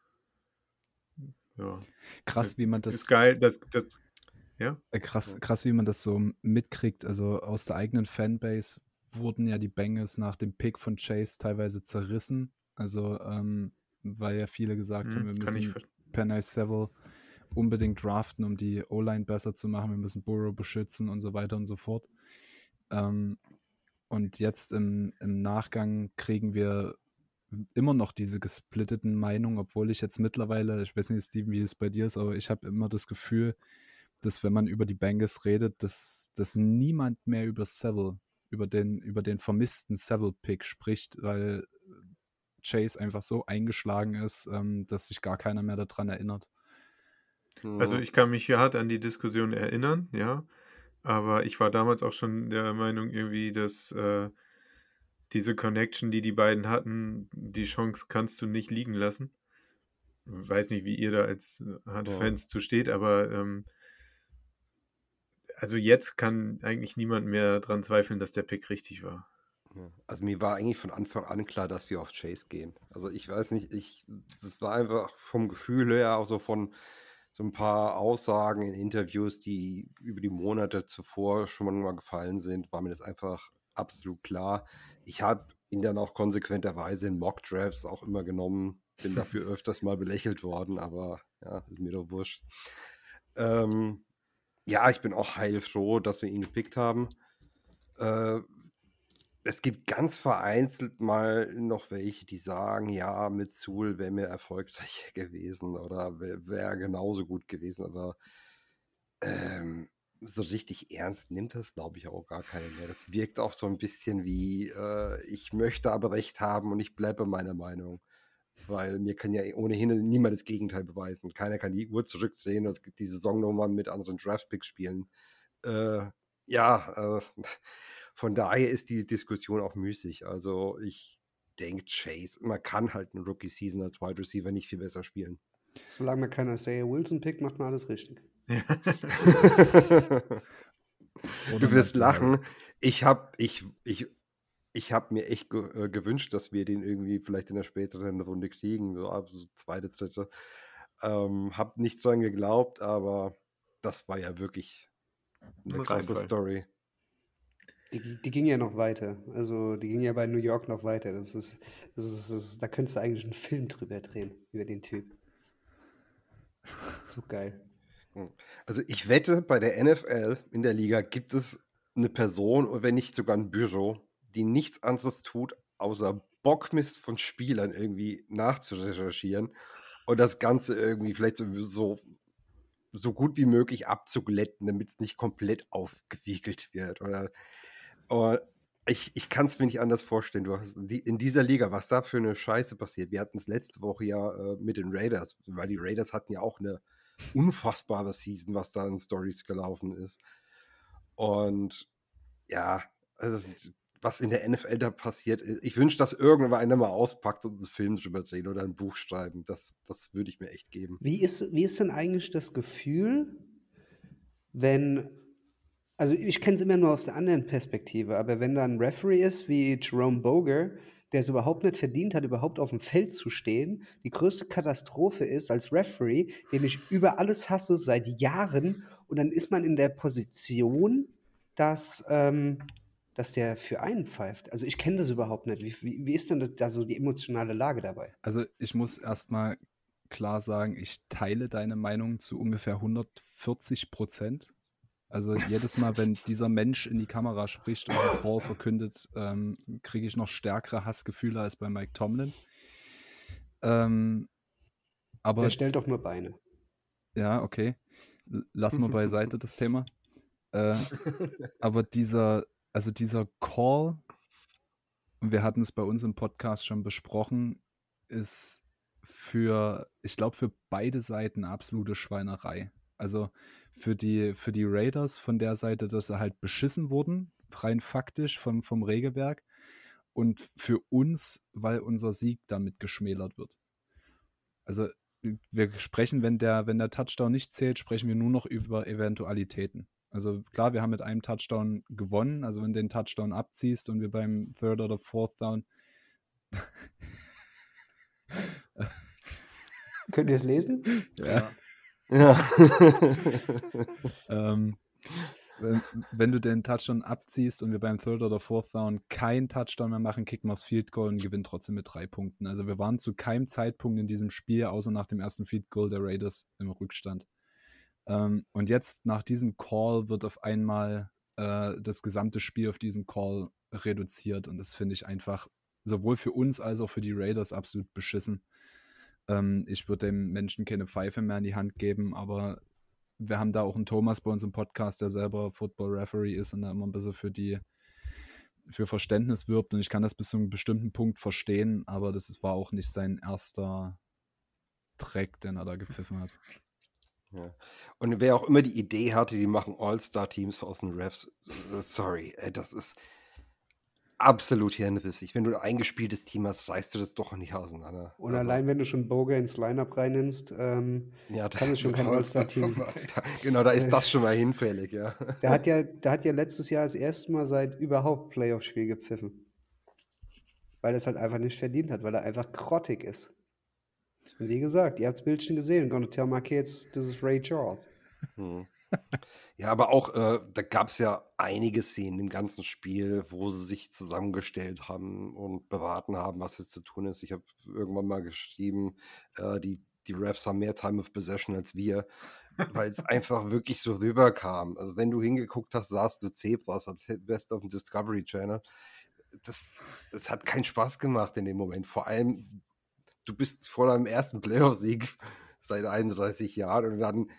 ja. Krass, wie man das. Ist geil, ja. Krass, wie man das so mitkriegt. Also aus der eigenen Fanbase wurden ja die Bengals nach dem Pick von Chase teilweise zerrissen. Also, weil ja viele gesagt haben, wir müssen Penei Sewell unbedingt draften, um die O-Line besser zu machen. Wir müssen Burrow beschützen und so weiter und so fort. Und jetzt im Nachgang kriegen wir immer noch diese gesplitteten Meinungen, obwohl ich jetzt mittlerweile, ich weiß nicht, Steven, wie es bei dir ist, aber ich habe immer das Gefühl, dass wenn man über die Bengals redet, dass niemand mehr über Sewell, über den vermissten Sewell-Pick spricht, weil Chase einfach so eingeschlagen ist, dass sich gar keiner mehr daran erinnert. Also ich kann mich hier hart an die Diskussion erinnern, ja, aber ich war damals auch schon der Meinung irgendwie, dass diese Connection, die beiden hatten, die Chance kannst du nicht liegen lassen. Ich weiß nicht, wie ihr da als Fans zu steht, aber also jetzt kann eigentlich niemand mehr dran zweifeln, dass der Pick richtig war. Also mir war eigentlich von Anfang an klar, dass wir auf Chase gehen. Also ich weiß nicht, das war einfach vom Gefühl her auch so von so ein paar Aussagen in Interviews, die über die Monate zuvor schon mal gefallen sind, war mir das einfach absolut klar. Ich habe ihn dann auch konsequenterweise in Mock-Drafts auch immer genommen, bin dafür öfters mal belächelt worden, aber ja, ist mir doch wurscht. Ja, ich bin auch heilfroh, dass wir ihn gepickt haben. Es gibt ganz vereinzelt mal noch welche, die sagen, ja, mit Sewell wäre mir erfolgreicher gewesen oder wäre genauso gut gewesen, aber so richtig ernst nimmt das, glaube ich, auch gar keiner mehr. Das wirkt auch so ein bisschen wie, ich möchte aber Recht haben und ich bleibe meiner Meinung, weil mir kann ja ohnehin niemand das Gegenteil beweisen. Keiner kann die Uhr zurückdrehen und es gibt die Saison nochmal mit anderen Draftpicks spielen. Von daher ist die Diskussion auch müßig. Also ich denke, Chase, man kann halt eine Rookie-Season als Wide Receiver nicht viel besser spielen. Solange man keiner Isaiah Wilson pickt, macht man alles richtig. Du wirst lachen. Ich hab mir echt gewünscht, dass wir den irgendwie vielleicht in der späteren Runde kriegen, so zweite, dritte. Hab nicht dran geglaubt, aber das war ja wirklich eine krasse Story. Die ging ja noch weiter. Also die ging ja bei New York noch weiter. Da könntest du eigentlich einen Film drüber drehen, über den Typ. So geil. Also ich wette, bei der NFL in der Liga gibt es eine Person oder wenn nicht sogar ein Büro, die nichts anderes tut, außer Bockmist von Spielern irgendwie nachzurecherchieren und das Ganze irgendwie vielleicht so gut wie möglich abzuglätten, damit es nicht komplett aufgewiegelt wird. Oder ich kann es mir nicht anders vorstellen. Du hast in dieser Liga, was da für eine Scheiße passiert. Wir hatten es letzte Woche ja mit den Raiders, weil die Raiders hatten ja auch eine unfassbare Season, was da in Stories gelaufen ist. Und ja, also was in der NFL da passiert ist, ich wünsche, dass irgendwann einer mal auspackt und einen Film drüber drehen oder ein Buch schreiben. Das würde ich mir echt geben. Wie ist denn eigentlich das Gefühl, wenn, also ich kenne es immer nur aus der anderen Perspektive, aber wenn da ein Referee ist wie Jerome Boger, der es überhaupt nicht verdient hat, überhaupt auf dem Feld zu stehen, die größte Katastrophe ist als Referee, den ich über alles hasse seit Jahren, und dann ist man in der Position, dass der für einen pfeift. Also ich kenne das überhaupt nicht. Wie ist denn da so die emotionale Lage dabei? Also ich muss erstmal klar sagen, ich teile deine Meinung zu ungefähr 140%. Also jedes Mal, wenn dieser Mensch in die Kamera spricht und den Call verkündet, kriege ich noch stärkere Hassgefühle als bei Mike Tomlin. Aber Der stellt doch nur Beine. ja, okay. Lass mal beiseite das Thema. Aber dieser Call, und wir hatten es bei uns im Podcast schon besprochen, ist ich glaube, für beide Seiten absolute Schweinerei. Also für die Raiders von der Seite, dass sie halt beschissen wurden, rein faktisch vom Regelwerk, und für uns, weil unser Sieg damit geschmälert wird. Also wir sprechen, wenn der Touchdown nicht zählt, sprechen wir nur noch über Eventualitäten. Also klar, wir haben mit einem Touchdown gewonnen, also wenn du den Touchdown abziehst und wir beim Third oder Fourth Down Könnt ihr es lesen? Ja. Wenn du den Touchdown abziehst und wir beim Third oder Fourth Down keinen Touchdown mehr machen, kicken wir das Field Goal und gewinnen trotzdem mit 3 Punkten. Also wir waren zu keinem Zeitpunkt in diesem Spiel, außer nach dem ersten Field Goal der Raiders, im Rückstand. Und jetzt nach diesem Call wird auf einmal das gesamte Spiel auf diesen Call reduziert, und das finde ich einfach sowohl für uns als auch für die Raiders absolut beschissen. Ich würde dem Menschen keine Pfeife mehr in die Hand geben, aber wir haben da auch einen Thomas bei uns im Podcast, der selber Football-Referee ist und da immer ein bisschen für Verständnis wirbt, und ich kann das bis zu einem bestimmten Punkt verstehen, aber war auch nicht sein erster Track, den er da gepfiffen hat. Ja. Und wer auch immer die Idee hatte, die machen All-Star-Teams aus den Refs, sorry, das ist absolut hirnrissig. Wenn du ein eingespieltes Team hast, reißt du das doch nicht auseinander. Und allein, wenn du schon Boger ins Lineup reinnimmst, kann es schon kein All-Star-Team. Genau, da ist das schon mal hinfällig, ja. Der hat ja letztes Jahr das erste Mal seit überhaupt Playoff-Spiel gepfiffen. Weil er es halt einfach nicht verdient hat, weil er einfach grottig ist. Und wie gesagt, ihr habt das Bildchen gesehen. Gonna tell my kids, this is Ray Charles. Ja, aber auch, da gab es ja einige Szenen im ganzen Spiel, wo sie sich zusammengestellt haben und beraten haben, was jetzt zu tun ist. Ich habe irgendwann mal geschrieben, die Refs haben mehr Time of Possession als wir, weil es einfach wirklich so rüberkam. Also wenn du hingeguckt hast, sahst du Zebras als wärst auf dem Discovery Channel. Das hat keinen Spaß gemacht in dem Moment. Vor allem, du bist vor deinem ersten Playoff-Sieg seit 31 Jahren und dann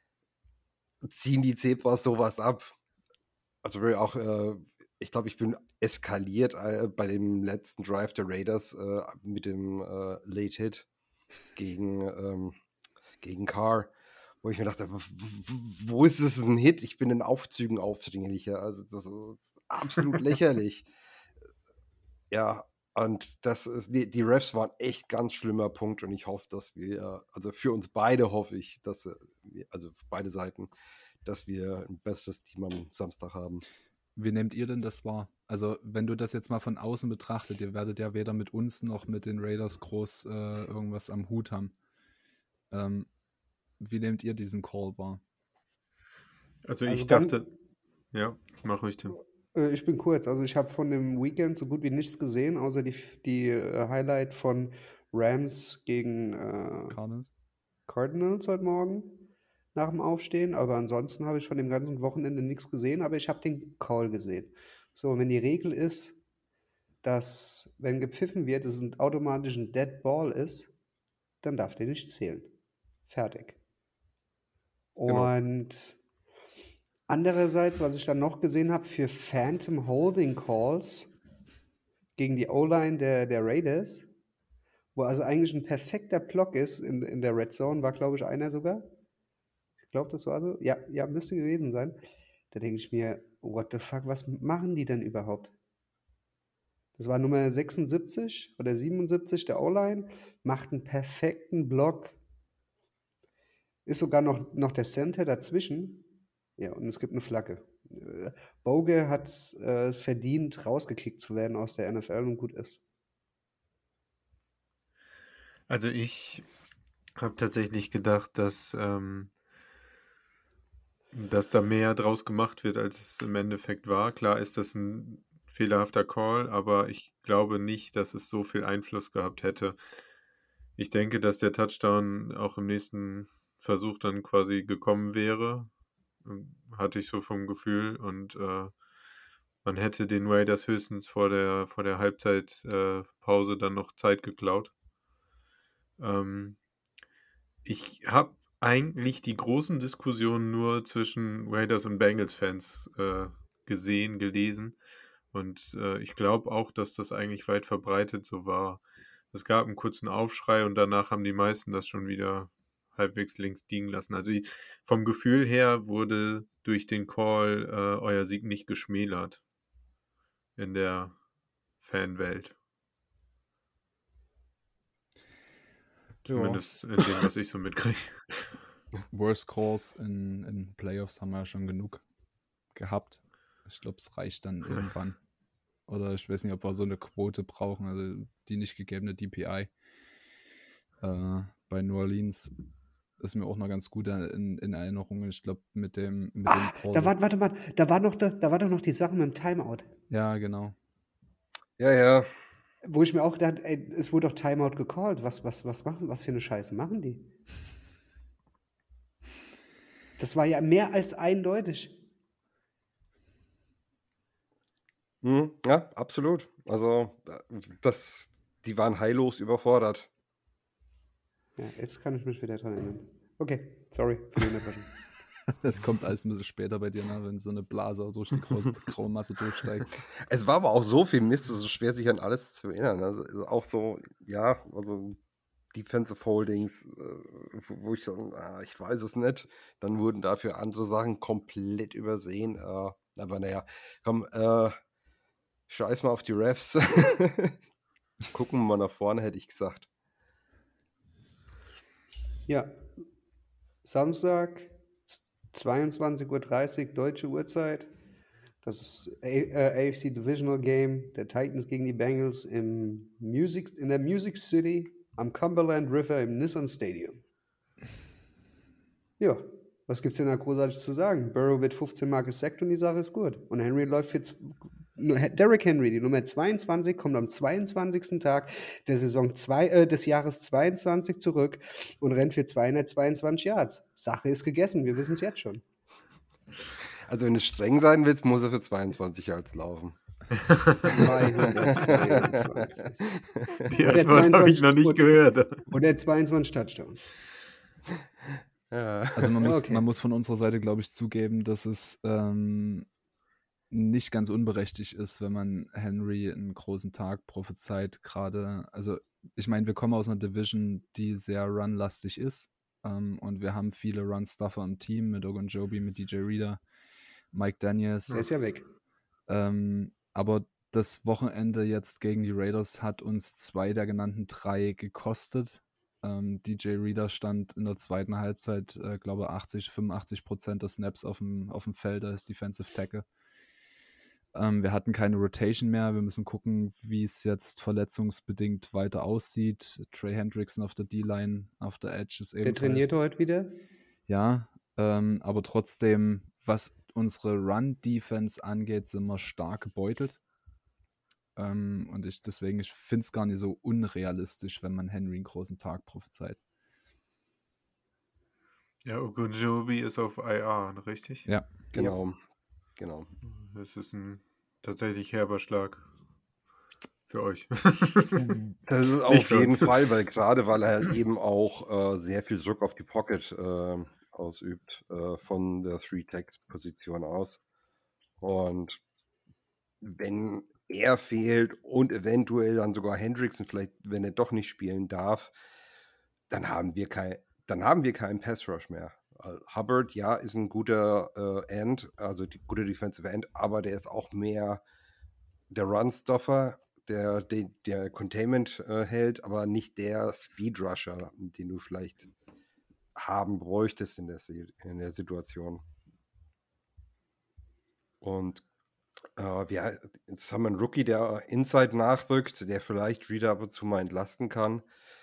ziehen die Zebras sowas ab. Also auch, ich glaube, ich bin eskaliert bei dem letzten Drive der Raiders mit dem Late Hit gegen Carr, wo ich mir dachte, wo ist es ein Hit? Ich bin in Aufzügen aufdringlicher. Also das ist absolut lächerlich. Ja, und das ist, die Refs waren echt ganz schlimmer Punkt, und ich hoffe, dass wir, also für uns beide hoffe ich, dass wir, also für beide Seiten, dass wir ein besseres Team am Samstag haben. Wie nehmt ihr denn das wahr? Also wenn du das jetzt mal von außen betrachtet, ihr werdet ja weder mit uns noch mit den Raiders groß irgendwas am Hut haben. Wie nehmt ihr diesen Call wahr? Also ich dachte, ja, mach ruhig, Tim. Ich bin kurz. Also ich habe von dem Weekend so gut wie nichts gesehen, außer die Highlight von Rams gegen Cardinals heute Morgen. nach dem Aufstehen, aber ansonsten habe ich von dem ganzen Wochenende nichts gesehen, aber ich habe den Call gesehen. So, wenn die Regel ist, dass, wenn gepfiffen wird, es automatisch ein Dead Ball ist, dann darf der nicht zählen. Fertig. Genau. Und andererseits, was ich dann noch gesehen habe, für Phantom Holding Calls gegen die O-Line der Raiders, wo also eigentlich ein perfekter Block ist in der Red Zone, war, glaube ich, einer sogar. Ich glaube, das war so. Ja, müsste gewesen sein. Da denke ich mir, what the fuck, was machen die denn überhaupt? Das war Nummer 76 oder 77 der O-Line, macht einen perfekten Block, ist sogar noch der Center dazwischen. Ja, und es gibt eine Flagge. Boge hat es verdient, rausgekickt zu werden aus der NFL und gut ist. Also ich habe tatsächlich gedacht, dass da mehr draus gemacht wird, als es im Endeffekt war. Klar ist das ein fehlerhafter Call, aber ich glaube nicht, dass es so viel Einfluss gehabt hätte. Ich denke, dass der Touchdown auch im nächsten Versuch dann quasi gekommen wäre. Hatte ich so vom Gefühl. Und man hätte den Raiders höchstens vor der Halbzeitpause dann noch Zeit geklaut. Ich habe eigentlich die großen Diskussionen nur zwischen Raiders und Bengals-Fans gesehen, gelesen. Und ich glaube auch, dass das eigentlich weit verbreitet so war. Es gab einen kurzen Aufschrei und danach haben die meisten das schon wieder halbwegs links liegen lassen. Also vom Gefühl her wurde durch den Call euer Sieg nicht geschmälert in der Fanwelt. Zumindest in dem, was ich so mitkriege. Worst Calls in Playoffs haben wir ja schon genug gehabt. Ich glaube, es reicht dann irgendwann. Oder ich weiß nicht, ob wir so eine Quote brauchen, also die nicht gegebene DPI. Bei New Orleans ist mir auch noch ganz gut in Erinnerung. Ich glaube, mit dem Call. Warte mal, da war doch noch die Sache mit dem Timeout. Ja, genau. Ja. Wo ich mir auch dachte, ey, es wurde doch Timeout gecallt. Was für eine Scheiße machen die? Das war ja mehr als eindeutig. Ja, absolut. Also, die waren heillos überfordert. Ja, jetzt kann ich mich wieder dran erinnern. Okay, sorry für die Unterbrechung. Das kommt alles ein bisschen später bei dir, ne, wenn so eine Blase durch die graue Masse durchsteigt. Es war aber auch so viel Mist, es ist schwer, sich an alles zu erinnern. Also auch so, ja, also Defensive Holdings, wo ich so, ich weiß es nicht. Dann wurden dafür andere Sachen komplett übersehen. Aber naja, komm, scheiß mal auf die Refs. Gucken wir mal nach vorne, hätte ich gesagt. Ja, Samstag, 22:30 Uhr deutsche Uhrzeit. Das ist AFC Divisional Game der Titans gegen die Bengals in der Music City am Cumberland River im Nissan Stadium. Ja, was gibt's denn da großartig zu sagen? Burrow wird 15 Mal gesackt und die Sache ist gut. Und Henry läuft Derrick Henry, die Nummer 22, kommt am 22. Tag des Jahres 22 zurück und rennt für 222 Yards. Sache ist gegessen, wir wissen es jetzt schon. Also wenn du streng sein willst, muss er für 22 Yards laufen. 222. Die Antwort habe ich noch nicht gehört. Oder 22 Touchdowns. Ja. Also man muss von unserer Seite, glaube ich, zugeben, dass es nicht ganz unberechtigt ist, wenn man Henry einen großen Tag prophezeit. Gerade, also ich meine, wir kommen aus einer Division, die sehr runlastig ist. Und wir haben viele Run-Stuffer im Team mit Ogunjobi, mit DJ Reader, Mike Daniels. Der ist ja weg. Aber das Wochenende jetzt gegen die Raiders hat uns 2 der genannten 3 gekostet. DJ Reader stand in der zweiten Halbzeit, glaube 85% der Snaps auf dem Feld als Defensive Tackle. Wir hatten keine Rotation mehr. Wir müssen gucken, wie es jetzt verletzungsbedingt weiter aussieht. Trey Hendrickson auf der D-Line, auf der Edge ist ebenfalls. Der trainiert heute wieder? Ja, aber trotzdem, was unsere Run-Defense angeht, sind wir stark gebeutelt. Und ich finde es gar nicht so unrealistisch, wenn man Henry einen großen Tag prophezeit. Ja, Ogunjobi ist auf IR, richtig? Ja. Genau. Das ist ein tatsächlich herber Schlag für euch. Das ist Nicht auf für jeden uns. Fall, weil er halt eben auch sehr viel Druck auf die Pocket ausübt von der Three-Tags-Position aus. Und wenn er fehlt und eventuell dann sogar Hendrickson vielleicht, wenn er doch nicht spielen darf, dann haben wir keinen Pass-Rush mehr. Hubbard, ja, ist ein guter End, also guter Defensive End, aber der ist auch mehr der Run-Stuffer, der Containment hält, aber nicht der Speed-Rusher, den du vielleicht haben bräuchtest in der Situation. Und jetzt haben wir einen Rookie, der Inside nachrückt, der vielleicht Reader ab und zu mal entlasten kann.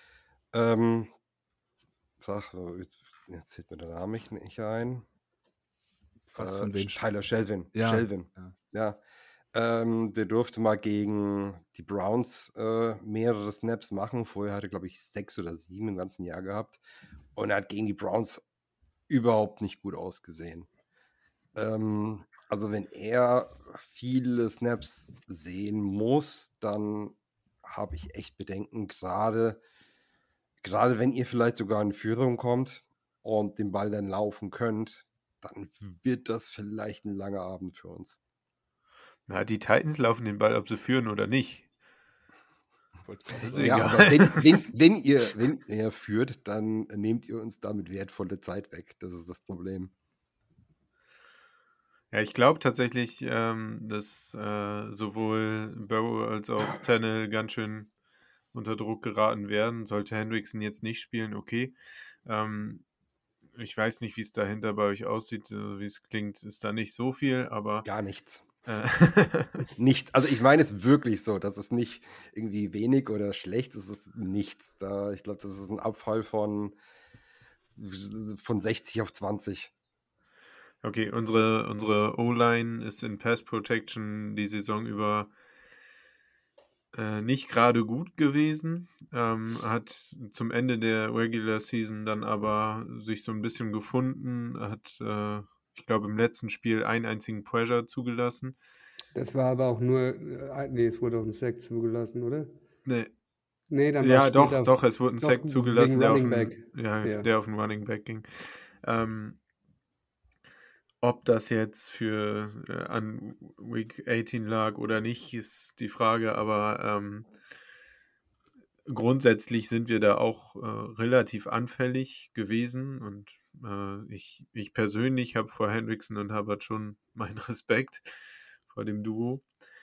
Jetzt fällt mir der Name nicht ein. Was von wem? Tyler Shelvin. Ja. Shelvin. Ja. Der durfte mal gegen die Browns mehrere Snaps machen. Vorher hatte, glaube ich, 6 oder 7 im ganzen Jahr gehabt. Und er hat gegen die Browns überhaupt nicht gut ausgesehen. Also wenn er viele Snaps sehen muss, dann habe ich echt Bedenken, gerade wenn ihr vielleicht sogar in Führung kommt und den Ball dann laufen könnt, dann wird das vielleicht ein langer Abend für uns. Na, die Titans laufen den Ball, ob sie führen oder nicht. Das ist Ja, egal. aber wenn ihr führt, dann nehmt ihr uns damit wertvolle Zeit weg. Das ist das Problem. Ja, ich glaube tatsächlich, dass sowohl Burrow als auch Tannehill ganz schön unter Druck geraten werden. Sollte Hendrickson jetzt nicht spielen, okay. Ich weiß nicht, wie es dahinter bei euch aussieht, wie es klingt, ist da nicht so viel, aber Gar nichts. Nicht, also ich meine es wirklich so, das ist nicht irgendwie wenig oder schlecht, es ist nichts. Ich glaube, das ist ein Abfall von 60 auf 20. Okay, unsere O-Line ist in Pass Protection die Saison über nicht gerade gut gewesen, hat zum Ende der Regular Season dann aber sich so ein bisschen gefunden, hat, ich glaube, im letzten Spiel einen einzigen Pressure zugelassen. Das war aber auch nur, es wurde auch ein Sack zugelassen, oder? Nee. Nee, dann Ja, war doch, es wurde ein Sack zugelassen, der auf Running den, Back. der auf den Running Back ging. Ob das jetzt an Week 18 lag oder nicht, ist die Frage, aber grundsätzlich sind wir da auch relativ anfällig gewesen und ich persönlich habe vor Hendrickson und Hubbard schon meinen Respekt vor dem Duo.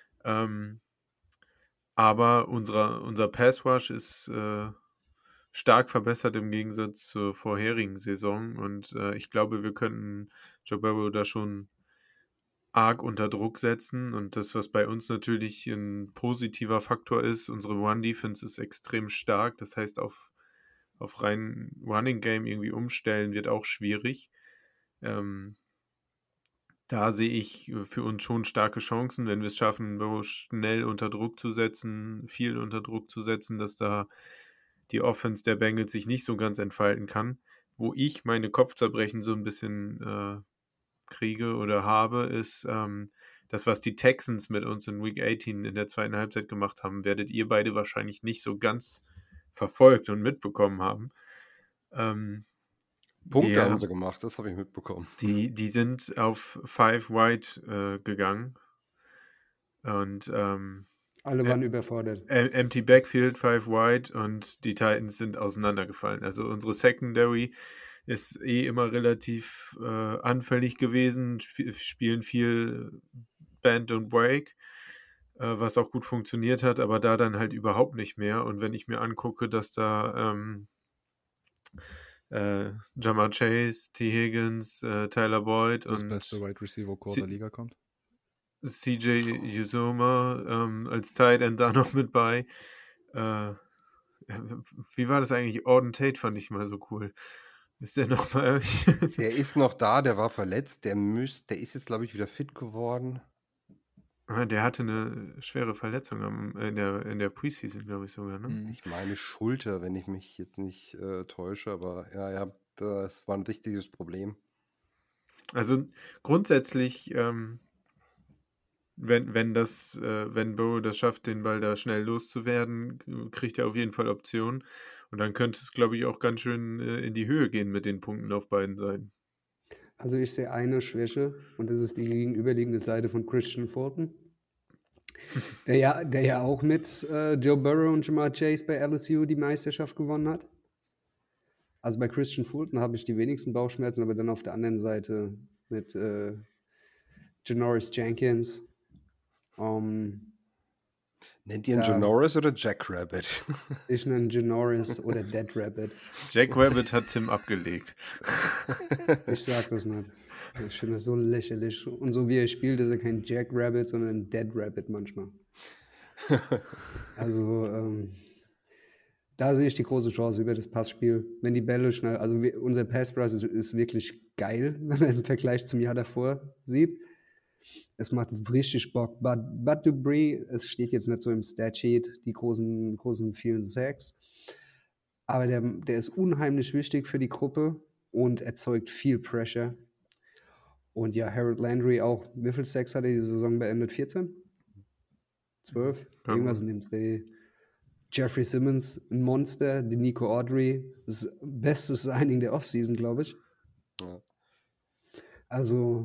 Aber unser Pass-Rush ist stark verbessert im Gegensatz zur vorherigen Saison und ich glaube, wir könnten Joe Burrow da schon arg unter Druck setzen und das, was bei uns natürlich ein positiver Faktor ist, unsere Run-Defense ist extrem stark, das heißt, auf rein Running-Game irgendwie umstellen wird auch schwierig. Da sehe ich für uns schon starke Chancen, wenn wir es schaffen, Burrow schnell unter Druck zu setzen, viel unter Druck zu setzen, dass da die Offense der Bengals sich nicht so ganz entfalten kann. Wo ich meine Kopfzerbrechen so ein bisschen kriege oder habe, ist das, was die Texans mit uns in Week 18 in der zweiten Halbzeit gemacht haben, werdet ihr beide wahrscheinlich nicht so ganz verfolgt und mitbekommen haben. Punkte haben sie gemacht, das habe ich mitbekommen. Die sind auf 5 Wide gegangen und alle waren überfordert. Empty Backfield, 5 Wide und die Titans sind auseinandergefallen. Also unsere Secondary ist immer relativ anfällig gewesen, spielen viel Band und Break, was auch gut funktioniert hat, aber da dann halt überhaupt nicht mehr. Und wenn ich mir angucke, dass da Jamar Chase, T. Higgins, Tyler Boyd das und beste Wide Receiver Core der Liga kommt. CJ Uzoma als Tight End da noch mit bei. Wie war das eigentlich? Auden Tate fand ich mal so cool. Ist der noch bei euch? Der ist noch da, der war verletzt, der ist jetzt, glaube ich, wieder fit geworden. Der hatte eine schwere Verletzung in der Preseason, glaube ich sogar. Ne? Ich meine Schulter, wenn ich mich jetzt nicht täusche, aber ja, Das war ein richtiges Problem. Also grundsätzlich, wenn Burrow das schafft, den Ball da schnell loszuwerden, kriegt er auf jeden Fall Optionen. Und dann könnte es, glaube ich, auch ganz schön in die Höhe gehen mit den Punkten auf beiden Seiten. Also ich sehe eine Schwäche und das ist die gegenüberliegende Seite von Christian Fulton, der ja auch mit Joe Burrow und Ja'Marr Chase bei LSU die Meisterschaft gewonnen hat. Also bei Christian Fulton habe ich die wenigsten Bauchschmerzen, aber dann auf der anderen Seite mit Janoris Jenkins. Nennt ihr ihn Janoris oder Jack Rabbit? Ich nenne Janoris oder Dead Rabbit. Jack Rabbit hat Tim abgelegt. Ich sag das nicht. Ich finde das so lächerlich. Und so wie er spielt, ist er kein Jack Rabbit, sondern ein Dead Rabbit manchmal. Also da sehe ich die große Chance über das Passspiel. Wenn die Bälle schnell, also unser Pass-Rush ist wirklich geil, wenn man es im Vergleich zum Jahr davor sieht. Es macht richtig Bock. Bud Dupree, es steht jetzt nicht so im Statsheet, die großen vielen Sacks. Aber der ist unheimlich wichtig für die Gruppe und erzeugt viel Pressure. Und ja, Harold Landry auch. Wie viel Sacks hat er die Saison beendet? 14? 12? Irgendwas in dem Dreh. Jeffrey Simmons, ein Monster. Die Nico Audrey, das bestes Signing der Offseason, glaube ich. Ja. Also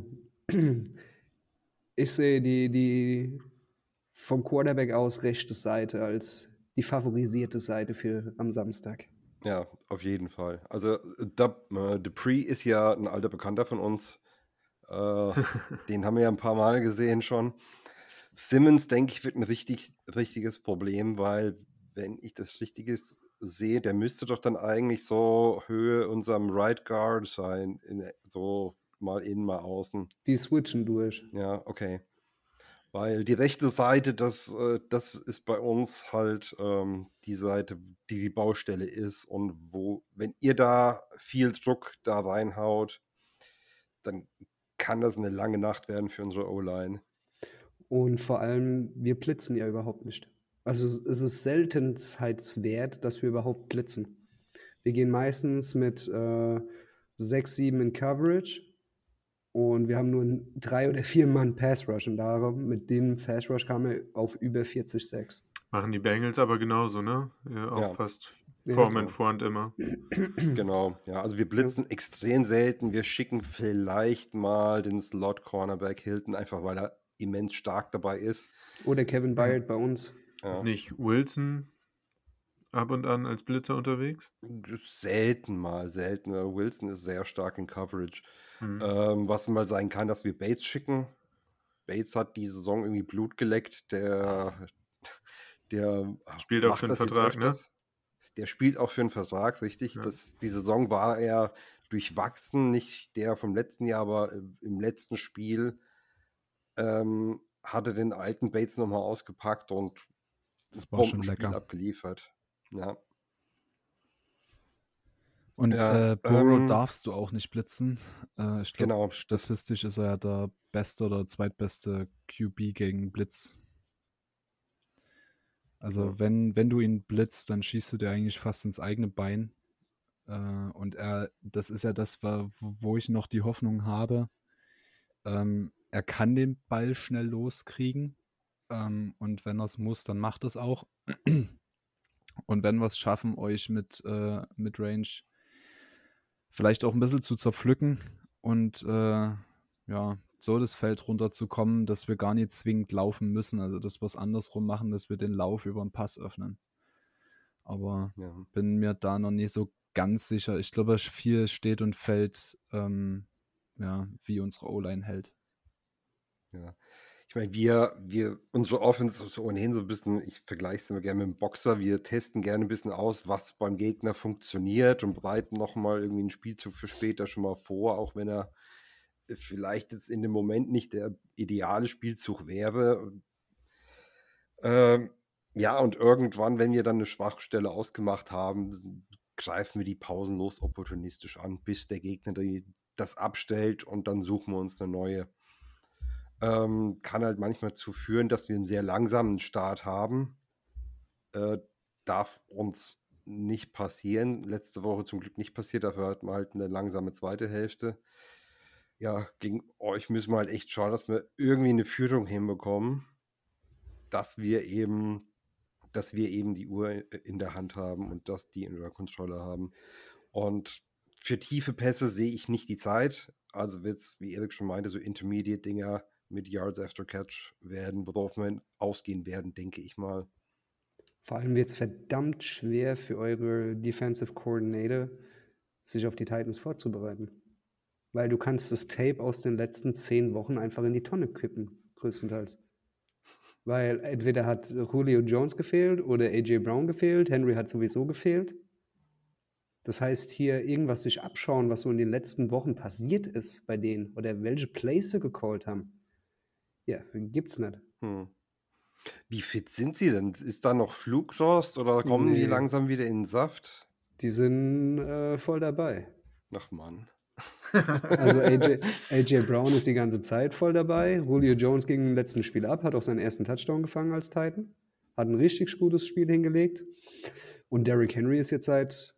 ich sehe die vom Quarterback aus rechte Seite als die favorisierte Seite für am Samstag. Ja, auf jeden Fall. Also Dupree ist ja ein alter Bekannter von uns. Den haben wir ja ein paar Mal gesehen schon. Simmons, denke ich, wird ein richtiges Problem, weil, wenn ich das Richtiges sehe, der müsste doch dann eigentlich so Höhe unserem Right Guard sein, so mal innen, mal außen. Die switchen durch. Ja, okay. Weil die rechte Seite, das ist bei uns halt die Seite, die Baustelle ist. Und wenn ihr da viel Druck da reinhaut, dann kann das eine lange Nacht werden für unsere O-Line. Und vor allem, wir blitzen ja überhaupt nicht. Also es ist seltenheitswert, dass wir überhaupt blitzen. Wir gehen meistens mit 6, 7 in Coverage. Und wir haben nur 3 oder 4 Mann Pass Rush und mit dem Pass Rush kam er auf über 40-6. Machen die Bengals aber genauso, ne? Ja, auch fast Form and Front immer. Genau, ja, also wir blitzen extrem selten. Wir schicken vielleicht mal den Slot-Cornerback Hilton, einfach weil er immens stark dabei ist. Oder Kevin Byard bei uns. Ja. Ist nicht Wilson ab und an als Blitzer unterwegs? Selten. Wilson ist sehr stark in Coverage. Was mal sein kann, dass wir Bates schicken. Bates hat die Saison irgendwie Blut geleckt. Der spielt auch für einen Vertrag, ne? Der spielt auch für einen Vertrag, richtig. Ja. Die Saison war er durchwachsen, nicht der vom letzten Jahr, aber im letzten Spiel hatte den alten Bates nochmal ausgepackt und das war schon lecker abgeliefert. Ja. Und Burrow darfst du auch nicht blitzen. Ich glaube, statistisch ist er ja der beste oder zweitbeste QB gegen Blitz. Also wenn du ihn blitzt, dann schießt du dir eigentlich fast ins eigene Bein. Und das ist ja das, wo ich noch die Hoffnung habe. Er kann den Ball schnell loskriegen. Und wenn er es muss, dann macht es auch. Und wenn wir es schaffen, euch mit Range vielleicht auch ein bisschen zu zerpflücken und so das Feld runterzukommen, dass wir gar nicht zwingend laufen müssen, also dass wir es andersrum machen, dass wir den Lauf über den Pass öffnen. Aber bin mir da noch nicht so ganz sicher. Ich glaube, viel steht und fällt, wie unsere O-Line hält. Ja. Ich meine, unsere Offense ist ohnehin so ein bisschen, ich vergleiche es immer gerne mit dem Boxer, wir testen gerne ein bisschen aus, was beim Gegner funktioniert und bereiten nochmal irgendwie einen Spielzug für später schon mal vor, auch wenn er vielleicht jetzt in dem Moment nicht der ideale Spielzug wäre. Und irgendwann, wenn wir dann eine Schwachstelle ausgemacht haben, greifen wir die pausenlos opportunistisch an, bis der Gegner das abstellt und dann suchen wir uns eine neue. Kann halt manchmal dazu führen, dass wir einen sehr langsamen Start haben. Darf uns nicht passieren. Letzte Woche zum Glück nicht passiert, dafür hatten wir halt eine langsame zweite Hälfte. Ja, gegen euch müssen wir halt echt schauen, dass wir irgendwie eine Führung hinbekommen, dass wir eben die Uhr in der Hand haben und dass die in der Kontrolle haben. Und für tiefe Pässe sehe ich nicht die Zeit. Also wird es, wie Erik schon meinte, so Intermediate-Dinger mit Yards after Catch werden, worauf wir ausgehen werden, denke ich mal. Vor allem wird es verdammt schwer für eure Defensive Coordinator, sich auf die Titans vorzubereiten. Weil du kannst das Tape aus den letzten 10 Wochen einfach in die Tonne kippen, größtenteils. Weil entweder hat Julio Jones gefehlt oder AJ Brown gefehlt, Henry hat sowieso gefehlt. Das heißt, hier irgendwas sich abschauen, was so in den letzten Wochen passiert ist bei denen oder welche Plays sie gecallt haben. Ja, gibt's nicht. Wie fit sind sie denn? Ist da noch Flugrost oder kommen die langsam wieder in den Saft? Die sind voll dabei. Ach Mann. Also AJ Brown ist die ganze Zeit voll dabei. Julio Jones ging im letzten Spiel ab, hat auch seinen ersten Touchdown gefangen als Titan. Hat ein richtig gutes Spiel hingelegt. Und Derrick Henry ist jetzt seit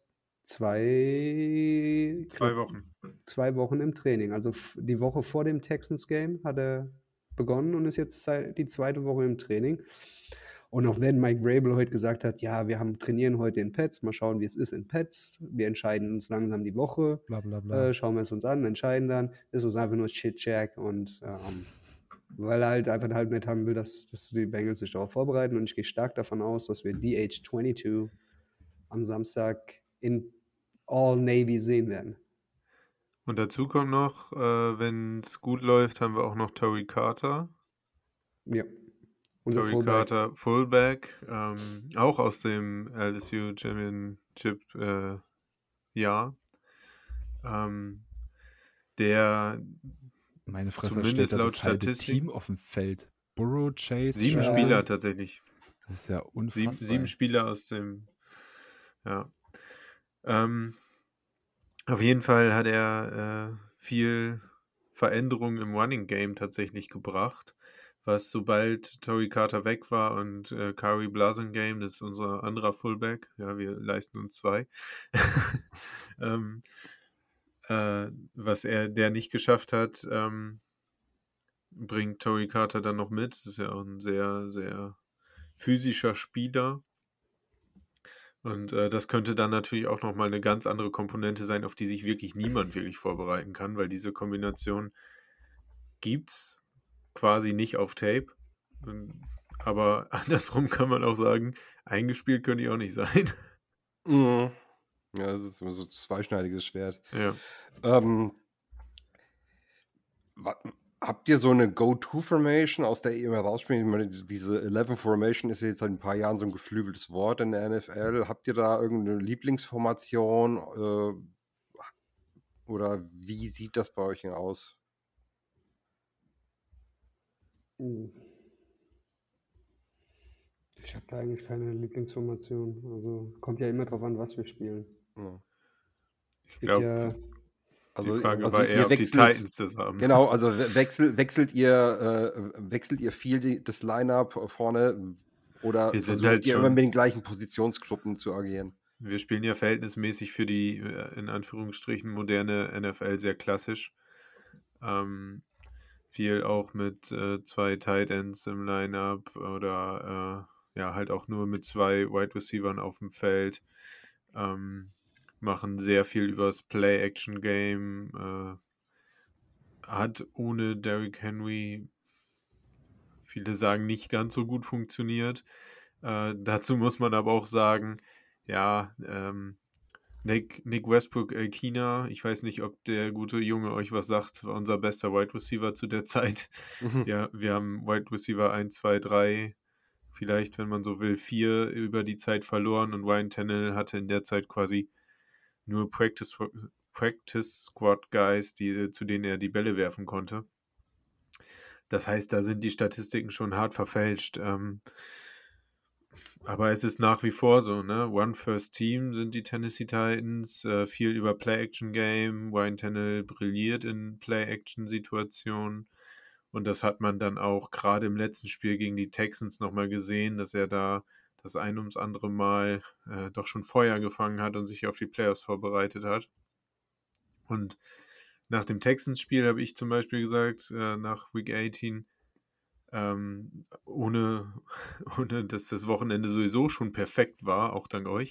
2 Wochen im Training. Also die Woche vor dem Texans-Game hat er begonnen und ist jetzt die zweite Woche im Training. Und auch wenn Mike Vrabel heute gesagt hat, ja, wir trainieren heute in Pets, mal schauen, wie es ist in Pets, wir entscheiden uns langsam die Woche, bla bla bla. Schauen wir es uns an, entscheiden dann, ist es einfach nur Shit-Jack und weil er halt einfach halt nicht haben will, dass die Bengals sich darauf vorbereiten und ich gehe stark davon aus, dass wir DH22 am Samstag in All Navy sehen werden. Und dazu kommt noch, wenn es gut läuft, haben wir auch noch Torrey Carter. Ja. Torrey Carter, Fullback, auch aus dem LSU Championship Jahr. Der meine Fresse steht da das halbe Team auf dem Feld. Burrow, Chase, 7 Spieler tatsächlich. Das ist ja unfassbar. 7 Spieler aus dem, ja. Auf jeden Fall hat er viel Veränderung im Running Game tatsächlich gebracht, was sobald Torrey Carter weg war und Kari Blasingame, das ist unser anderer Fullback, ja, wir leisten uns 2, was der nicht geschafft hat, bringt Torrey Carter dann noch mit. Das ist ja auch ein sehr, sehr physischer Spieler. Und das könnte dann natürlich auch nochmal eine ganz andere Komponente sein, auf die sich wirklich niemand wirklich vorbereiten kann, weil diese Kombination gibt's quasi nicht auf Tape. Aber andersrum kann man auch sagen, eingespielt können die auch nicht sein. Mhm. Ja, das ist immer so ein zweischneidiges Schwert. Ja. Habt ihr so eine Go-To-Formation, aus der ihr immer rausspielt? Ich meine, diese 11-Formation ist ja jetzt seit ein paar Jahren so ein geflügeltes Wort in der NFL. Habt ihr da irgendeine Lieblingsformation? Oder wie sieht das bei euch aus? Ich habe da eigentlich keine Lieblingsformation. Also kommt ja immer drauf an, was wir spielen. Ja. Ich glaube, also, die Frage war eher, ob die Titans das haben. Genau, also wechselt ihr viel das Line-Up vorne oder versucht halt ihr immer mit den gleichen Positionsgruppen zu agieren? Wir spielen ja verhältnismäßig für die, in Anführungsstrichen, moderne NFL sehr klassisch. Viel auch mit 2 Tight Ends im Line-Up oder halt auch nur mit 2 Wide Receivern auf dem Feld. Machen sehr viel übers Play-Action-Game. Hat ohne Derrick Henry, viele sagen, nicht ganz so gut funktioniert. Dazu muss man aber auch sagen, ja, Nick Westbrook-Ikhine, ich weiß nicht, ob der gute Junge euch was sagt, war unser bester Wide Receiver zu der Zeit. Ja, wir haben Wide Receiver 1, 2, 3, vielleicht, wenn man so will, 4 über die Zeit verloren und Ryan Tannehill hatte in der Zeit quasi nur Practice Squad Guys, zu denen er die Bälle werfen konnte. Das heißt, da sind die Statistiken schon hart verfälscht. Aber es ist nach wie vor so, ne? One First Team sind die Tennessee Titans, viel über Play-Action-Game. Ryan Tannehill brilliert in Play-Action-Situationen. Und das hat man dann auch gerade im letzten Spiel gegen die Texans nochmal gesehen, dass er da das ein ums andere Mal doch schon Feuer gefangen hat und sich auf die Playoffs vorbereitet hat. Und nach dem Texans-Spiel habe ich zum Beispiel gesagt, nach Week 18, ohne dass das Wochenende sowieso schon perfekt war, auch dank euch,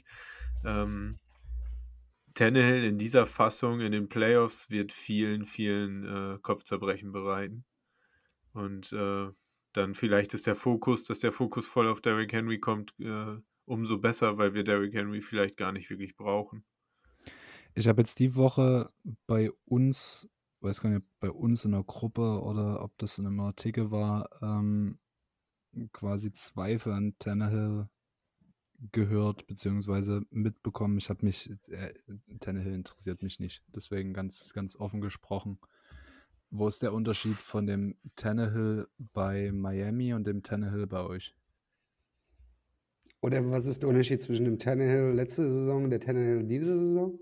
Tannehill in dieser Fassung in den Playoffs wird vielen Kopfzerbrechen bereiten. Und dann vielleicht dass der Fokus voll auf Derrick Henry kommt, umso besser, weil wir Derrick Henry vielleicht gar nicht wirklich brauchen. Ich habe jetzt die Woche bei uns, weiß gar nicht, bei uns in der Gruppe oder ob das in einem Artikel war, quasi Zweifel an Tannehill gehört beziehungsweise mitbekommen. Tannehill interessiert mich nicht, deswegen ganz, ganz offen gesprochen. Wo ist der Unterschied von dem Tannehill bei Miami und dem Tannehill bei euch? Oder was ist der Unterschied zwischen dem Tannehill letzte Saison und der Tannehill diese Saison?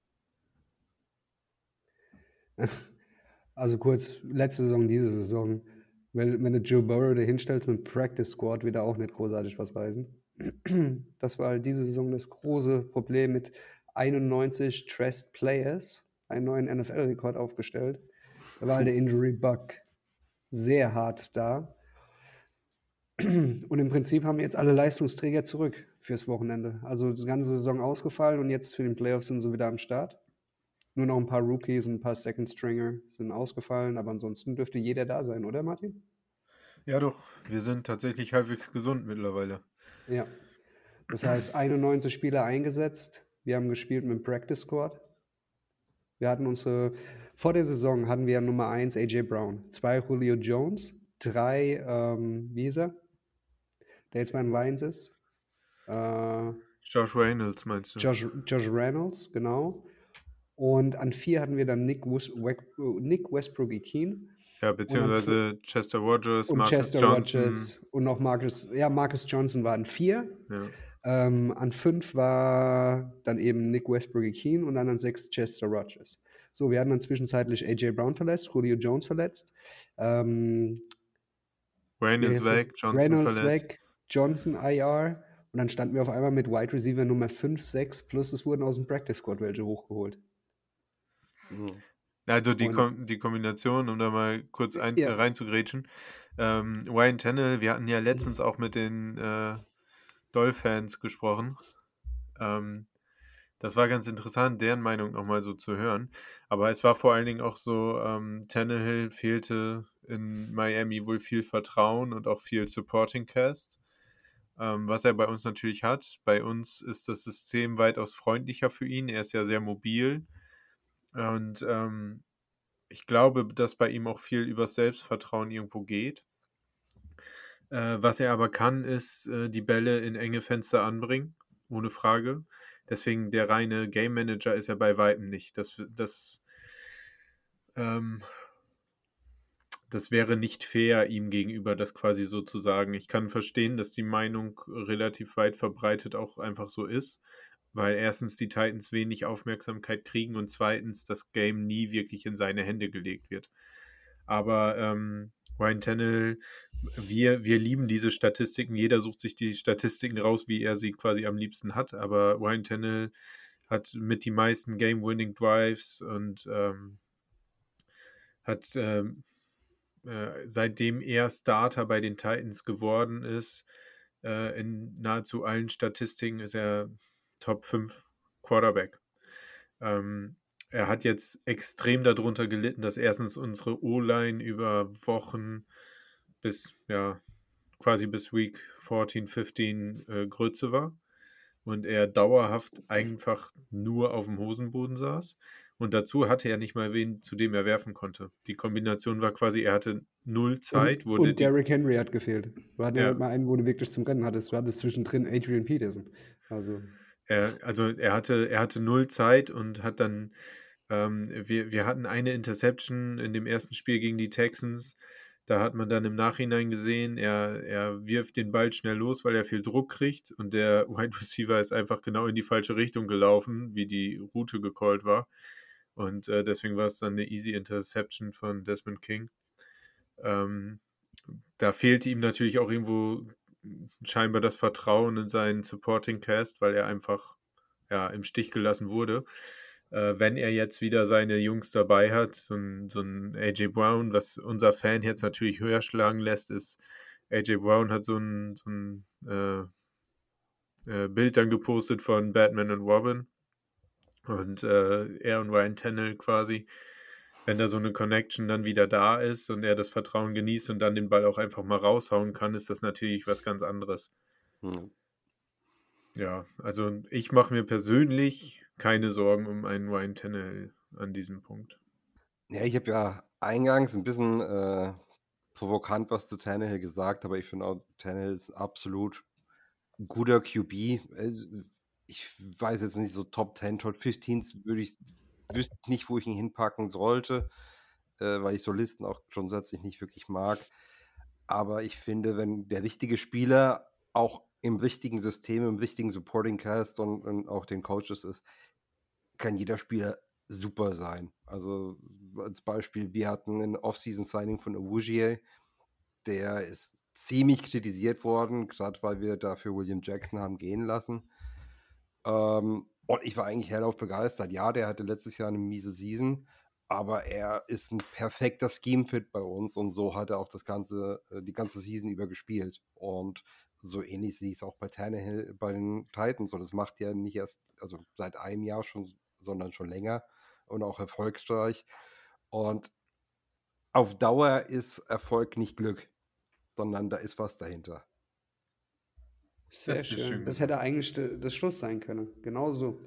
Also kurz, letzte Saison, diese Saison. Wenn du Joe Burrow da hinstellst mit Practice Squad, wird er auch nicht großartig was reißen. Das war halt diese Saison das große Problem mit 91 Trust Players, einen neuen NFL-Rekord aufgestellt. Da war halt der Injury Bug sehr hart da. Und im Prinzip haben jetzt alle Leistungsträger zurück fürs Wochenende. Also die ganze Saison ausgefallen und jetzt für den Playoffs sind sie wieder am Start. Nur noch ein paar Rookies und ein paar Second Stringer sind ausgefallen, aber ansonsten dürfte jeder da sein, oder Martin? Ja doch, wir sind tatsächlich halbwegs gesund mittlerweile. Ja, das heißt 91 Spieler eingesetzt. Wir haben gespielt mit dem Practice Squad. Vor der Saison hatten wir Nummer 1 AJ Brown, 2 Julio Jones, 3, wie ist er? Der jetzt bei den Lions ist. Josh Reynolds meinst du? Josh Reynolds, genau. Und an 4 hatten wir dann Nick Westbrook-Ikhine. Ja, beziehungsweise Chester Rogers, und Marcus Chester Johnson. Rogers und noch Marcus Johnson war an 4. Ja. An 5 war dann eben Nick Westbrook-Ikhine und dann an 6 Chester Rogers. So, wir hatten dann zwischenzeitlich AJ Brown verletzt, Julio Jones verletzt. Reynolds weg, Johnson verletzt. Johnson IR. Und dann standen wir auf einmal mit Wide Receiver Nummer 5, 6, plus es wurden aus dem Practice Squad welche hochgeholt. Also die Kombination, um da mal kurz reinzugrätschen. Ryan Tannehill, wir hatten ja letztens auch mit den Dolphins gesprochen. Das war ganz interessant, deren Meinung nochmal so zu hören. Aber es war vor allen Dingen auch so, Tannehill fehlte in Miami wohl viel Vertrauen und auch viel Supporting Cast. Was er bei uns natürlich hat. Bei uns ist das System weitaus freundlicher für ihn. Er ist ja sehr mobil. Und ich glaube, dass bei ihm auch viel über Selbstvertrauen irgendwo geht. Was er aber kann, ist die Bälle in enge Fenster anbringen, ohne Frage. Deswegen der reine Game Manager ist er bei weitem nicht. Das wäre nicht fair, ihm gegenüber das quasi so zu sagen. Ich kann verstehen, dass die Meinung relativ weit verbreitet auch einfach so ist, weil erstens die Titans wenig Aufmerksamkeit kriegen und zweitens das Game nie wirklich in seine Hände gelegt wird. Aber Ryan Tannehill, wir lieben diese Statistiken. Jeder sucht sich die Statistiken raus, wie er sie quasi am liebsten hat. Aber Ryan Tannehill hat mit die meisten Game-Winning Drives und hat seitdem er Starter bei den Titans geworden ist, in nahezu allen Statistiken ist er Top 5 Quarterback. Er hat jetzt extrem darunter gelitten, dass erstens unsere O-Line über Wochen quasi bis Week 14, 15 Grütze war und er dauerhaft einfach nur auf dem Hosenboden saß. Und dazu hatte er nicht mal wen, zu dem er werfen konnte. Die Kombination war quasi, er hatte null Zeit. Und Derrick Henry hat gefehlt. Du hattest ja mal einen, wo du wirklich zum Rennen hattest. Du hattest zwischendrin Adrian Peterson. Er hatte null Zeit und hat dann, wir hatten eine Interception in dem ersten Spiel gegen die Texans. Da hat man dann im Nachhinein gesehen, er wirft den Ball schnell los, weil er viel Druck kriegt und der Wide Receiver ist einfach genau in die falsche Richtung gelaufen, wie die Route gecallt war. Und deswegen war es dann eine easy Interception von Desmond King. Da fehlte ihm natürlich auch irgendwo scheinbar das Vertrauen in seinen Supporting Cast, weil er einfach im Stich gelassen wurde. Wenn er jetzt wieder seine Jungs dabei hat, so ein AJ Brown, was unser Fan jetzt natürlich höher schlagen lässt, ist, AJ Brown hat so ein Bild dann gepostet von Batman und Robin und er und Ryan Tannehill quasi, wenn da so eine Connection dann wieder da ist und er das Vertrauen genießt und dann den Ball auch einfach mal raushauen kann, ist das natürlich was ganz anderes. Ja, also ich mache mir persönlich keine Sorgen um einen Ryan Tannehill an diesem Punkt. Ja, ich habe ja eingangs ein bisschen provokant was zu Tannehill gesagt, aber ich finde auch, Tannehill ist absolut ein guter QB. Ich weiß jetzt nicht, so Top 10, Top 15 wüsste ich nicht, wo ich ihn hinpacken sollte, weil ich so Listen auch grundsätzlich nicht wirklich mag. Aber ich finde, wenn der richtige Spieler auch im richtigen System, im richtigen Supporting Cast und auch den Coaches ist, kann jeder Spieler super sein. Also als Beispiel, wir hatten ein Off-Season-Signing von Awuzie, der ist ziemlich kritisiert worden, gerade weil wir dafür William Jackson haben gehen lassen. Und ich war eigentlich hellauf begeistert. Ja, der hatte letztes Jahr eine miese Season, aber er ist ein perfekter Scheme-Fit bei uns und so hat er auch die ganze Season über gespielt. Und so ähnlich sehe ich es auch bei Tannehill, bei den Titans. Und das macht er nicht erst, also seit einem Jahr schon, sondern schon länger und auch erfolgreich. Und auf Dauer ist Erfolg nicht Glück, sondern da ist was dahinter. Sehr Das ist schön. schön Das gesagt. hätte eigentlich das Schluss sein können. Genau so.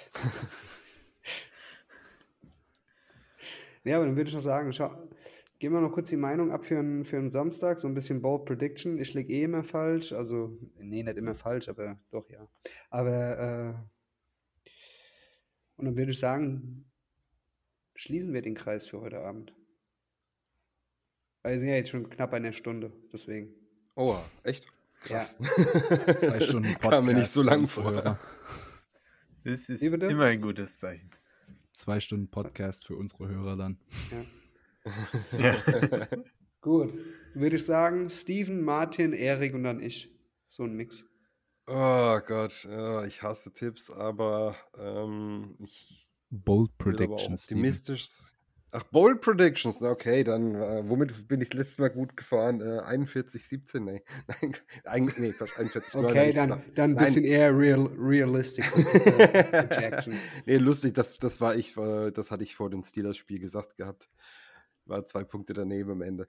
Ja, aber dann würde ich noch sagen, geben wir noch kurz die Meinung ab für einen Samstag, so ein bisschen Bold Prediction. Ich liege immer falsch, also, nee, nicht immer falsch, aber doch, ja. Aber, und dann würde ich sagen, schließen wir den Kreis für heute Abend. Weil wir sind ja jetzt schon knapp bei einer Stunde, deswegen. Oh, echt? Krass. Ja. 2 Stunden Podcast. Kam mir nicht so für lang unsere vor. Hörer. Das ist Wie bitte? immer ein gutes Zeichen. 2 Stunden Podcast für unsere Hörer dann. Ja. Gut, würde ich sagen, Steven, Martin, Erik und dann ich. So ein Mix. Oh Gott, ja, ich hasse Tipps, aber ich Bold will aber auch Predictions, Steven. optimistisch. Ach, Bold Predictions, okay, dann womit bin ich das letzte Mal gut gefahren? 41,17, nee. Nee, Quatsch, 41,9. Okay, dann ein bisschen eher realistic projection. Nee, lustig, das hatte ich vor dem Steelers-Spiel gesagt gehabt. War 2 Punkte daneben am Ende.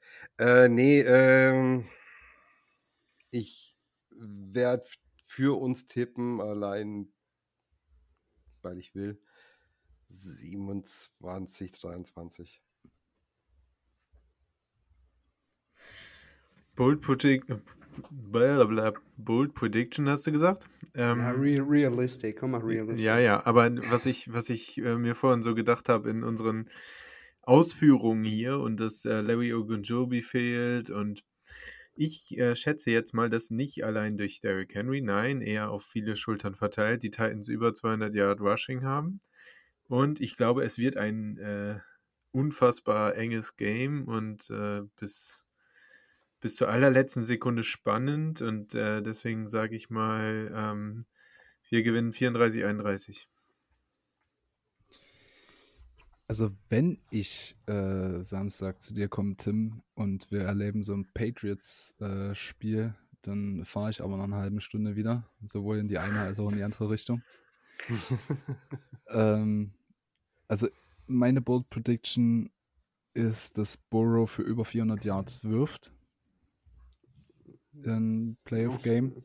Ich werde für uns tippen, allein weil ich will. 27, 23. Bold Prediction hast du gesagt? Ja, realistic, komm mal, realistic. Ja, aber was ich mir vorhin so gedacht habe in unseren Ausführungen hier und dass Larry Ogunjobi fehlt und ich schätze jetzt mal, dass nicht allein durch Derrick Henry, nein, eher auf viele Schultern verteilt, die Titans über 200 Yard Rushing haben. Und ich glaube, es wird ein unfassbar enges Game und bis zur allerletzten Sekunde spannend. Und deswegen sage ich mal, wir gewinnen 34-31. Also wenn ich Samstag zu dir komme, Tim, und wir erleben so ein Patriots-Spiel, dann fahre ich aber nach einer halben Stunde wieder, sowohl in die eine als auch in die andere Richtung. Also meine Bold Prediction ist, dass Burrow für über 400 Yards wirft im Playoff-Game.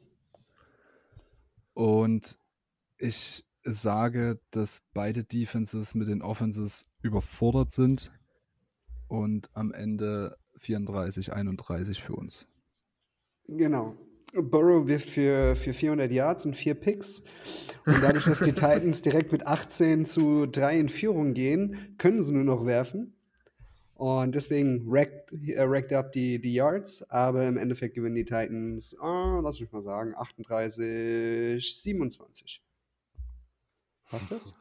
Und ich sage, dass beide Defenses mit den Offenses überfordert sind und am Ende 34-31 für uns. Genau. Burrow wirft für 400 Yards und 4 Picks. Und dadurch, dass die Titans direkt mit 18-3 in Führung gehen, können sie nur noch werfen. Und deswegen rackt up die Yards, aber im Endeffekt gewinnen die Titans, lass mich mal sagen, 38-27. Passt das?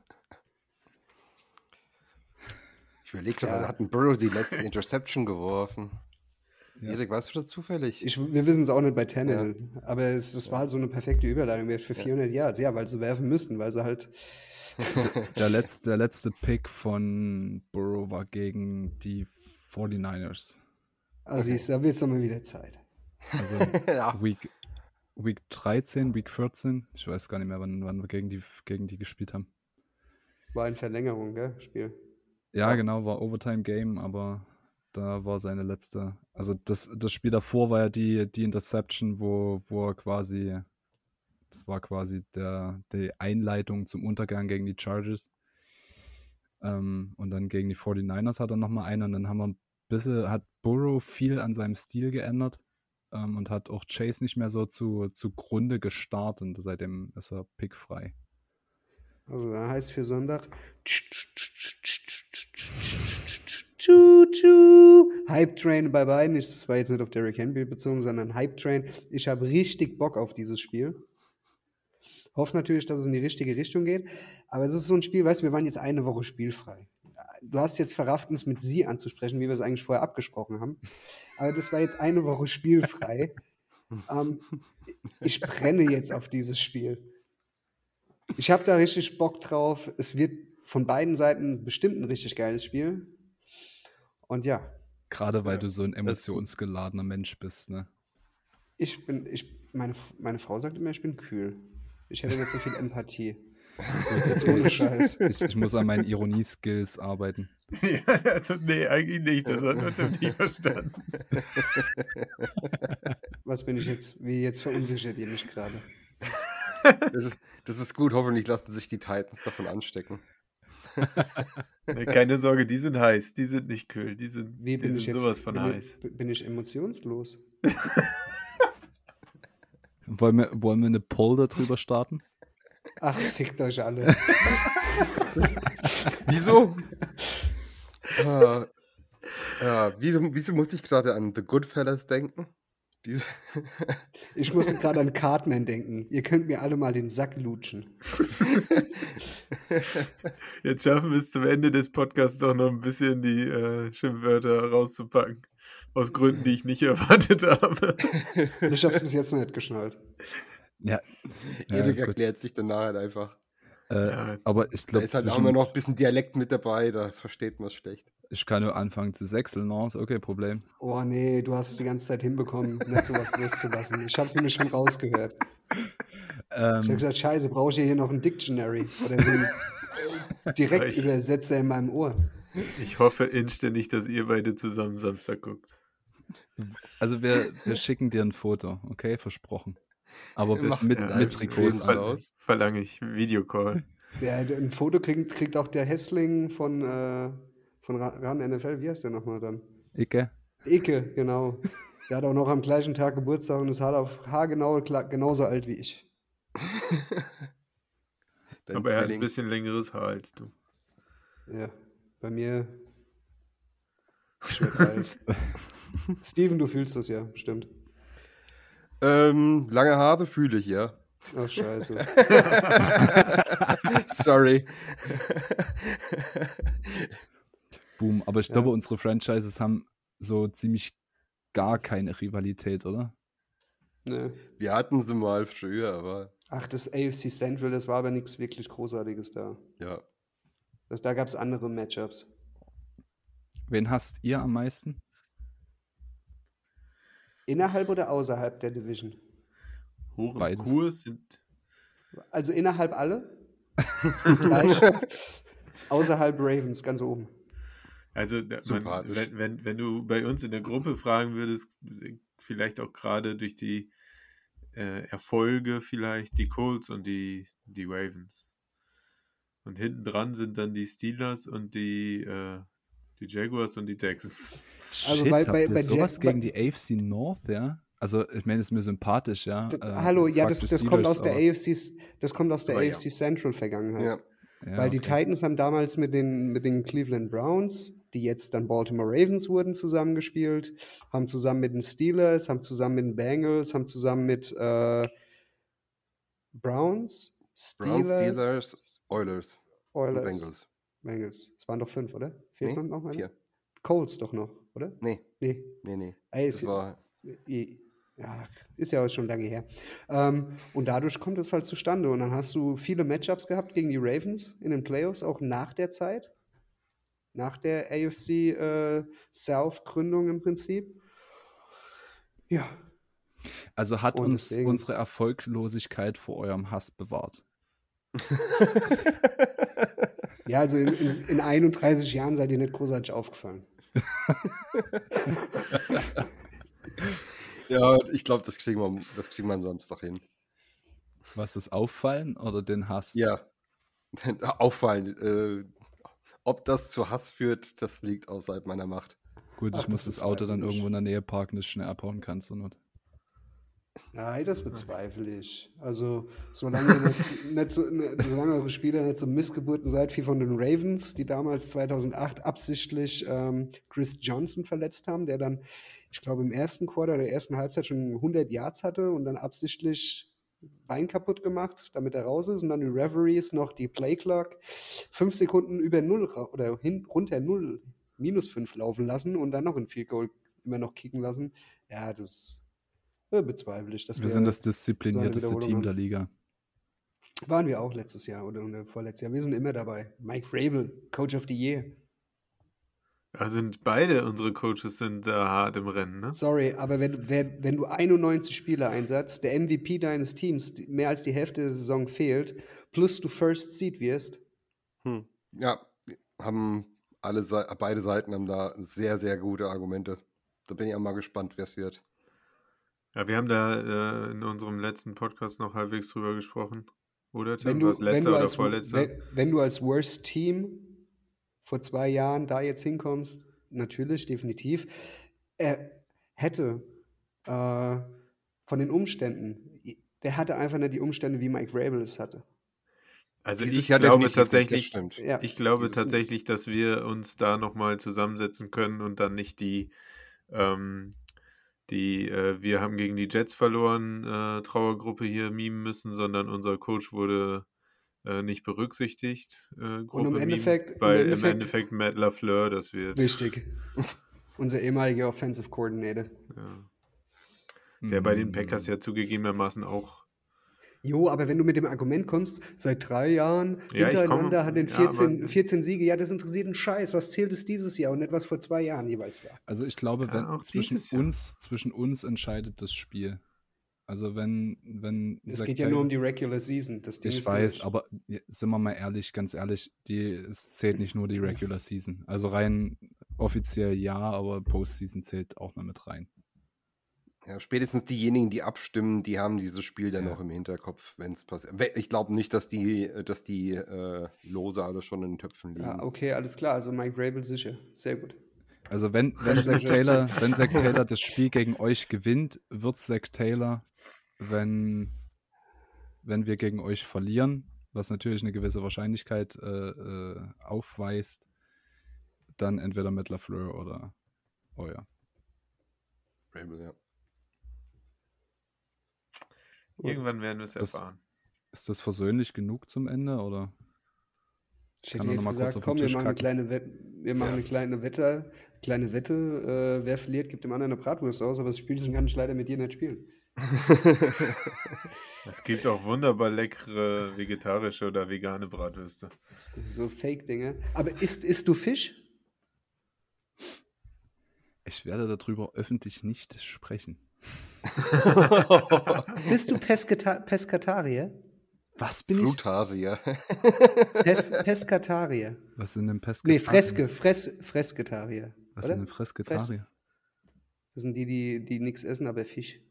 Ich überlege gerade, hat ein Burrow die letzte Interception geworfen? Ja. Erik, weißt du das zufällig? Wir wissen es auch nicht bei Tannehill, aber das war halt so eine perfekte Überleitung für 400 Yards. Ja, weil sie werfen müssten, weil sie halt Der letzte Pick von Burrow war gegen die 49ers. Also da wird es doch mal wieder Zeit. Also Week 13, Week 14. Ich weiß gar nicht mehr, wann wir gegen die gespielt haben. War in Verlängerung, gell, Spiel. Ja, genau, war Overtime-Game, aber da war seine letzte. Also das Spiel davor war ja die Interception, wo er quasi. Das war quasi die Einleitung zum Untergang gegen die Chargers. Und dann gegen die 49ers hat er nochmal einen. Und dann haben wir hat Burrow viel an seinem Stil geändert und hat auch Chase nicht mehr so zugrunde gestartet. Und seitdem ist er pickfrei. Also da heißt für Sonntag Hype Train bei beiden. Das war jetzt nicht auf Derrick Henry bezogen, sondern Hype Train. Ich habe richtig Bock auf dieses Spiel. Hoffe natürlich, dass es in die richtige Richtung geht. Aber es ist so ein Spiel, weißt du, wir waren jetzt eine Woche spielfrei. Du hast jetzt verrafft, uns mit sie anzusprechen, wie wir es eigentlich vorher abgesprochen haben. Aber das war jetzt eine Woche spielfrei. Ich brenne jetzt auf dieses Spiel. Ich habe da richtig Bock drauf. Es wird von beiden Seiten bestimmt ein richtig geiles Spiel. Und ja. Gerade weil du so ein emotionsgeladener Mensch bist, ne? Meine Frau sagt immer, ich bin kühl. Ich hätte nicht so viel Empathie. Gut, jetzt ohne Scheiß. Ich muss an meinen Ironie-Skills arbeiten. Ja, also nee, eigentlich nicht. Das hat man nie verstanden. Was bin ich jetzt? Wie jetzt verunsichert ihr mich gerade? Das ist gut. Hoffentlich lassen sich die Titans davon anstecken. Keine Sorge, die sind heiß. Die sind nicht kühl. Die sind sowas von heiß. Bin ich emotionslos? Wollen wir eine Poll darüber starten? Ach, fickt euch alle. Wieso? Wieso muss ich gerade an The Goodfellas denken? Ich musste gerade an Cartman denken. Ihr könnt mir alle mal den Sack lutschen. Jetzt schaffen wir es zum Ende des Podcasts doch noch ein bisschen die Schimpfwörter rauszupacken. Aus Gründen, die ich nicht erwartet habe. Ich habe es bis jetzt noch nicht geschnallt. Ja. Erik erklärt sich dann nachher einfach. Aber ich glaube, da ist halt auch immer noch ein bisschen Dialekt mit dabei, da versteht man es schlecht. Ich kann nur anfangen zu sechseln, ist okay, Problem. Oh nee, du hast es die ganze Zeit hinbekommen, nicht sowas loszulassen. Ich habe es nämlich schon rausgehört. Ich habe gesagt, scheiße, brauche ich hier noch ein Dictionary oder so einen Direktübersetzer in meinem Ohr. Ich hoffe inständig, dass ihr beide zusammen Samstag guckt. Also wir schicken dir ein Foto, okay? Versprochen. Aber mit Trikots aus. Verlange ich. Videocall. Ja, ein Foto kriegt auch der Hässling von RAN NFL. Wie heißt der nochmal dann? Icke, genau. Der hat auch noch am gleichen Tag Geburtstag und ist haargenau genauso alt wie ich. Aber er hat ein bisschen längeres Haar als du. Ja, bei mir schwer alt. Steven, du fühlst das ja, stimmt. Lange Haare fühle ich, ja. Ach, scheiße. Sorry. Boom. Aber ich glaube, unsere Franchises haben so ziemlich gar keine Rivalität, oder? Ne. Wir hatten sie mal früher, aber... Ach, das AFC Central, das war aber nichts wirklich Großartiges da. Ja. Da gab es andere Matchups. Wen hasst ihr am meisten? Innerhalb oder außerhalb der Division? Kurs sind... Also innerhalb alle? Gleich. Außerhalb Ravens, ganz oben. Also wenn du bei uns in der Gruppe fragen würdest, vielleicht auch gerade durch die Erfolge vielleicht die Colts und die Ravens. Und hinten dran sind dann die Steelers und die Jaguars und die Texans. Also Shit, habt ihr sowas gegen die AFC North, ja? Also ich meine, ist mir sympathisch, ja. Hallo, ja, das kommt aus der aber AFC Central Vergangenheit. Ja. Ja, Weil die Titans haben damals mit den Cleveland Browns, die jetzt dann Baltimore Ravens wurden, zusammengespielt, haben zusammen mit den Steelers, haben zusammen mit den Bengals, haben zusammen mit Browns, Steelers, Oilers. und Bengals. Bengals. Es waren doch 5, oder? Fehlt noch einer? 4. Colts doch noch, oder? Nee. Nee. Das war... Ja, ist ja auch schon lange her. Und dadurch kommt es halt zustande. Und dann hast du viele Matchups gehabt gegen die Ravens in den Playoffs, auch nach der Zeit. Nach der AFC South-Gründung im Prinzip. Ja. Also hat Und uns deswegen- unsere Erfolglosigkeit vor eurem Hass bewahrt. Ja, also in 31 Jahren seid ihr nicht großartig aufgefallen. Ja, ich glaube, das kriegen wir am Samstag hin. Was ist auffallen oder den Hass? Ja, auffallen. Ob das zu Hass führt, das liegt außerhalb meiner Macht. Gut, ich Ach, muss das das Auto dann bezweifle ich. irgendwo in der Nähe parken, dass ich schnell abhauen kann. So nicht. Nein, das bezweifle ich. Also, solange ihr solange eure Spieler nicht so Missgeburten seid wie von den Ravens, die damals 2008 absichtlich Chris Johnson verletzt haben, der dann, ich glaube, im ersten Quarter der ersten Halbzeit schon 100 Yards hatte und dann absichtlich Bein kaputt gemacht, damit er raus ist. Und dann die Reveries noch die Playclock 5 Sekunden über 0 oder runter 0, -5 laufen lassen und dann noch ein Field Goal immer noch kicken lassen. Ja, das bezweifle ich. Dass Wir sind das disziplinierteste Wiederholung Team haben. der Liga. Waren wir auch letztes Jahr oder vorletztes Jahr. Wir sind immer dabei. Mike Vrabel, Coach of the Year. Ja, sind beide unsere Coaches sind hart im Rennen, ne? Sorry, aber wenn du 91 Spieler einsetzt, der MVP deines Teams mehr als die Hälfte der Saison fehlt, plus du First Seed wirst. Ja, haben beide Seiten haben da sehr, sehr gute Argumente. Da bin ich auch mal gespannt, wer es wird. Ja, wir haben da in unserem letzten Podcast noch halbwegs drüber gesprochen. Oder, Tim? Wenn du, Was, wenn, letzter du oder als, vorletzter? wenn du als Worst Team vor 2 Jahren da jetzt hinkommst, natürlich, definitiv. Er hätte von den Umständen, der hatte einfach nicht die Umstände, wie Mike Vrabel es hatte. Also Dieses ich Jahr glaube definitiv nicht, das tatsächlich, stimmt. Ja, ich glaube dieses- tatsächlich, dass wir uns da nochmal zusammensetzen können und dann nicht wir haben gegen die Jets verloren, Trauergruppe hier mimen müssen, sondern unser Coach wurde nicht berücksichtigt, Gruppe im mimen, Endeffekt- weil im im Endeffekt Matt LaFleur das wird. Richtig. Unser ehemaliger Offensive Coordinator. Ja. Der bei den Packers ja zugegebenermaßen auch. Jo, aber wenn du mit dem Argument kommst, seit 3 Jahren Ja, ich hintereinander komme- hat den ja, 14 Siege, ja, das interessiert einen Scheiß. Was zählt es dieses Jahr und nicht was vor 2 Jahren jeweils war? Also ich glaube, Ja, wenn auch zwischen dieses Jahr. uns entscheidet das Spiel. Also wenn Es Zach geht ja nur um Taylor- die Regular Season. Das Ding Ich ist weiß, durch. aber sind wir mal ehrlich, ganz ehrlich, es zählt nicht nur die Regular Season. Also rein offiziell ja, aber Postseason zählt auch noch mit rein. Ja, spätestens diejenigen, die abstimmen, die haben dieses Spiel dann Ja. noch im Hinterkopf, wenn es passiert. Ich glaube nicht, dass die Lose alle schon in den Töpfen liegen. Ja, okay, alles klar. Also Mike Vrabel sicher. Sehr gut. Also wenn Zach Taylor das Spiel gegen euch gewinnt, wird Zach Taylor, wenn wir gegen euch verlieren, was natürlich eine gewisse Wahrscheinlichkeit aufweist, dann entweder mit LaFleur oder euer. Vrabel, ja. Irgendwann werden wir es Das- erfahren. Ist das versöhnlich genug zum Ende oder? Ich Kann hätte er jetzt noch mal kurz gesagt, auf den komm, wir Tisch machen eine kacken? kleine Wette. Wer verliert, gibt dem anderen eine Bratwurst aus, aber das Spiel kann ich leider mit dir nicht spielen. Es gibt auch wunderbar leckere vegetarische oder vegane Bratwürste. So Fake-Dinge. Aber isst du Fisch? Ich werde darüber öffentlich nicht sprechen. Bist du Peskatarier? Was bin ich? Flutarier. Peskatarier. Was sind denn Pesketarier? Nee, Fresketarier. Was oder? sind denn Fresketarier? Das sind die nichts essen, aber Fisch.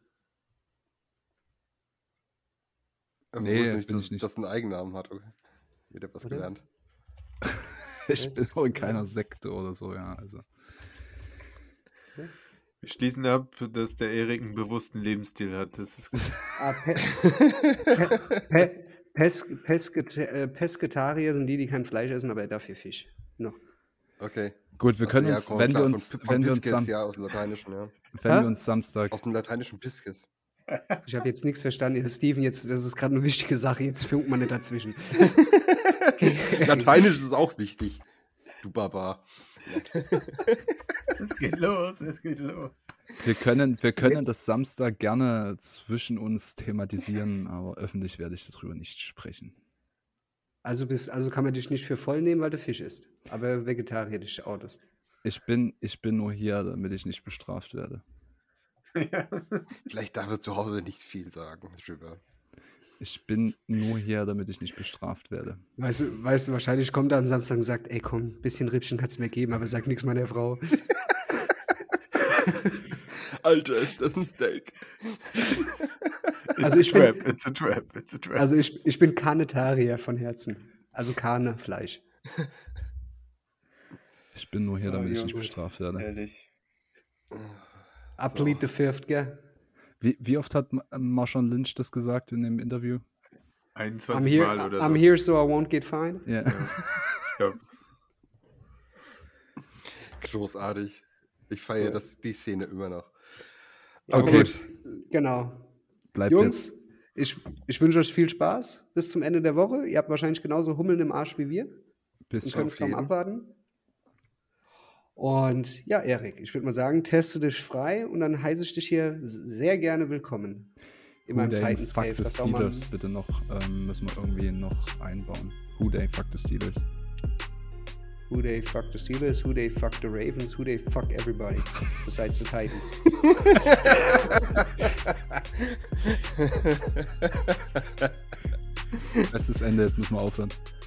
Nee, wusste nicht, bin dass ich nicht. das einen Eigennamen hat. Okay. Wieder was Oder? gelernt. Ich bin auch in keiner Sekte oder so, ja. Also. Wir schließen ab, dass der Erik einen bewussten Lebensstil hat. Das ist gut. Ah, Pesketarier sind die kein Fleisch essen, aber dafür Fisch. Noch. Okay. Gut, wir Also, können ja, uns, komm, wenn wir klar, uns, von wenn wir uns, Pisces, ja, aus dem Lateinischen, ja. wenn Hä? wir uns Samstag, Aus dem lateinischen Pisces. Ich habe jetzt nichts verstanden. Steven, jetzt, das ist gerade eine wichtige Sache. Jetzt funkt man nicht dazwischen. Lateinisch ist auch wichtig. Du Baba. Es geht los. Wir können das Samstag gerne zwischen uns thematisieren, aber öffentlich werde ich darüber nicht sprechen. Also kann man dich nicht für voll nehmen, weil du Fisch isst, aber vegetarisch outest. Ich bin nur hier, damit ich nicht bestraft werde. Ja. Vielleicht darf er zu Hause nicht viel sagen drüber. Ich bin nur hier, damit ich nicht bestraft werde. Weißt du, wahrscheinlich kommt er am Samstag und sagt, ey komm, ein bisschen Rippchen kannst du mir geben, aber sag nichts meiner Frau. Alter, ist das ein Steak? It's a trap. Also ich bin Karnetarier von Herzen. Also Karnefleisch. Ich bin nur hier, damit ich nicht bestraft werde. Ehrlich. I plead the fifth, gell? Wie oft hat Marshawn Lynch das gesagt in dem Interview? 21 Mal oder so. I'm here so I won't get fined. Ja. Ja. Großartig. Ich feiere die Szene immer noch. Okay, genau. Bleibt Jungs, ich wünsche euch viel Spaß bis zum Ende der Woche. Ihr habt wahrscheinlich genauso Hummeln im Arsch wie wir. Bis und könnt kaum abwarten. Und ja, Erik, ich würde mal sagen, teste dich frei und dann heiße ich dich hier sehr gerne willkommen. In meinem Titans Fuck the Steelers bitte noch, müssen wir irgendwie noch einbauen. Who they fuck the Steelers? Who they fuck the Steelers, who they fuck the Ravens, who they fuck everybody besides the Titans. Bestes Ende, jetzt müssen wir aufhören.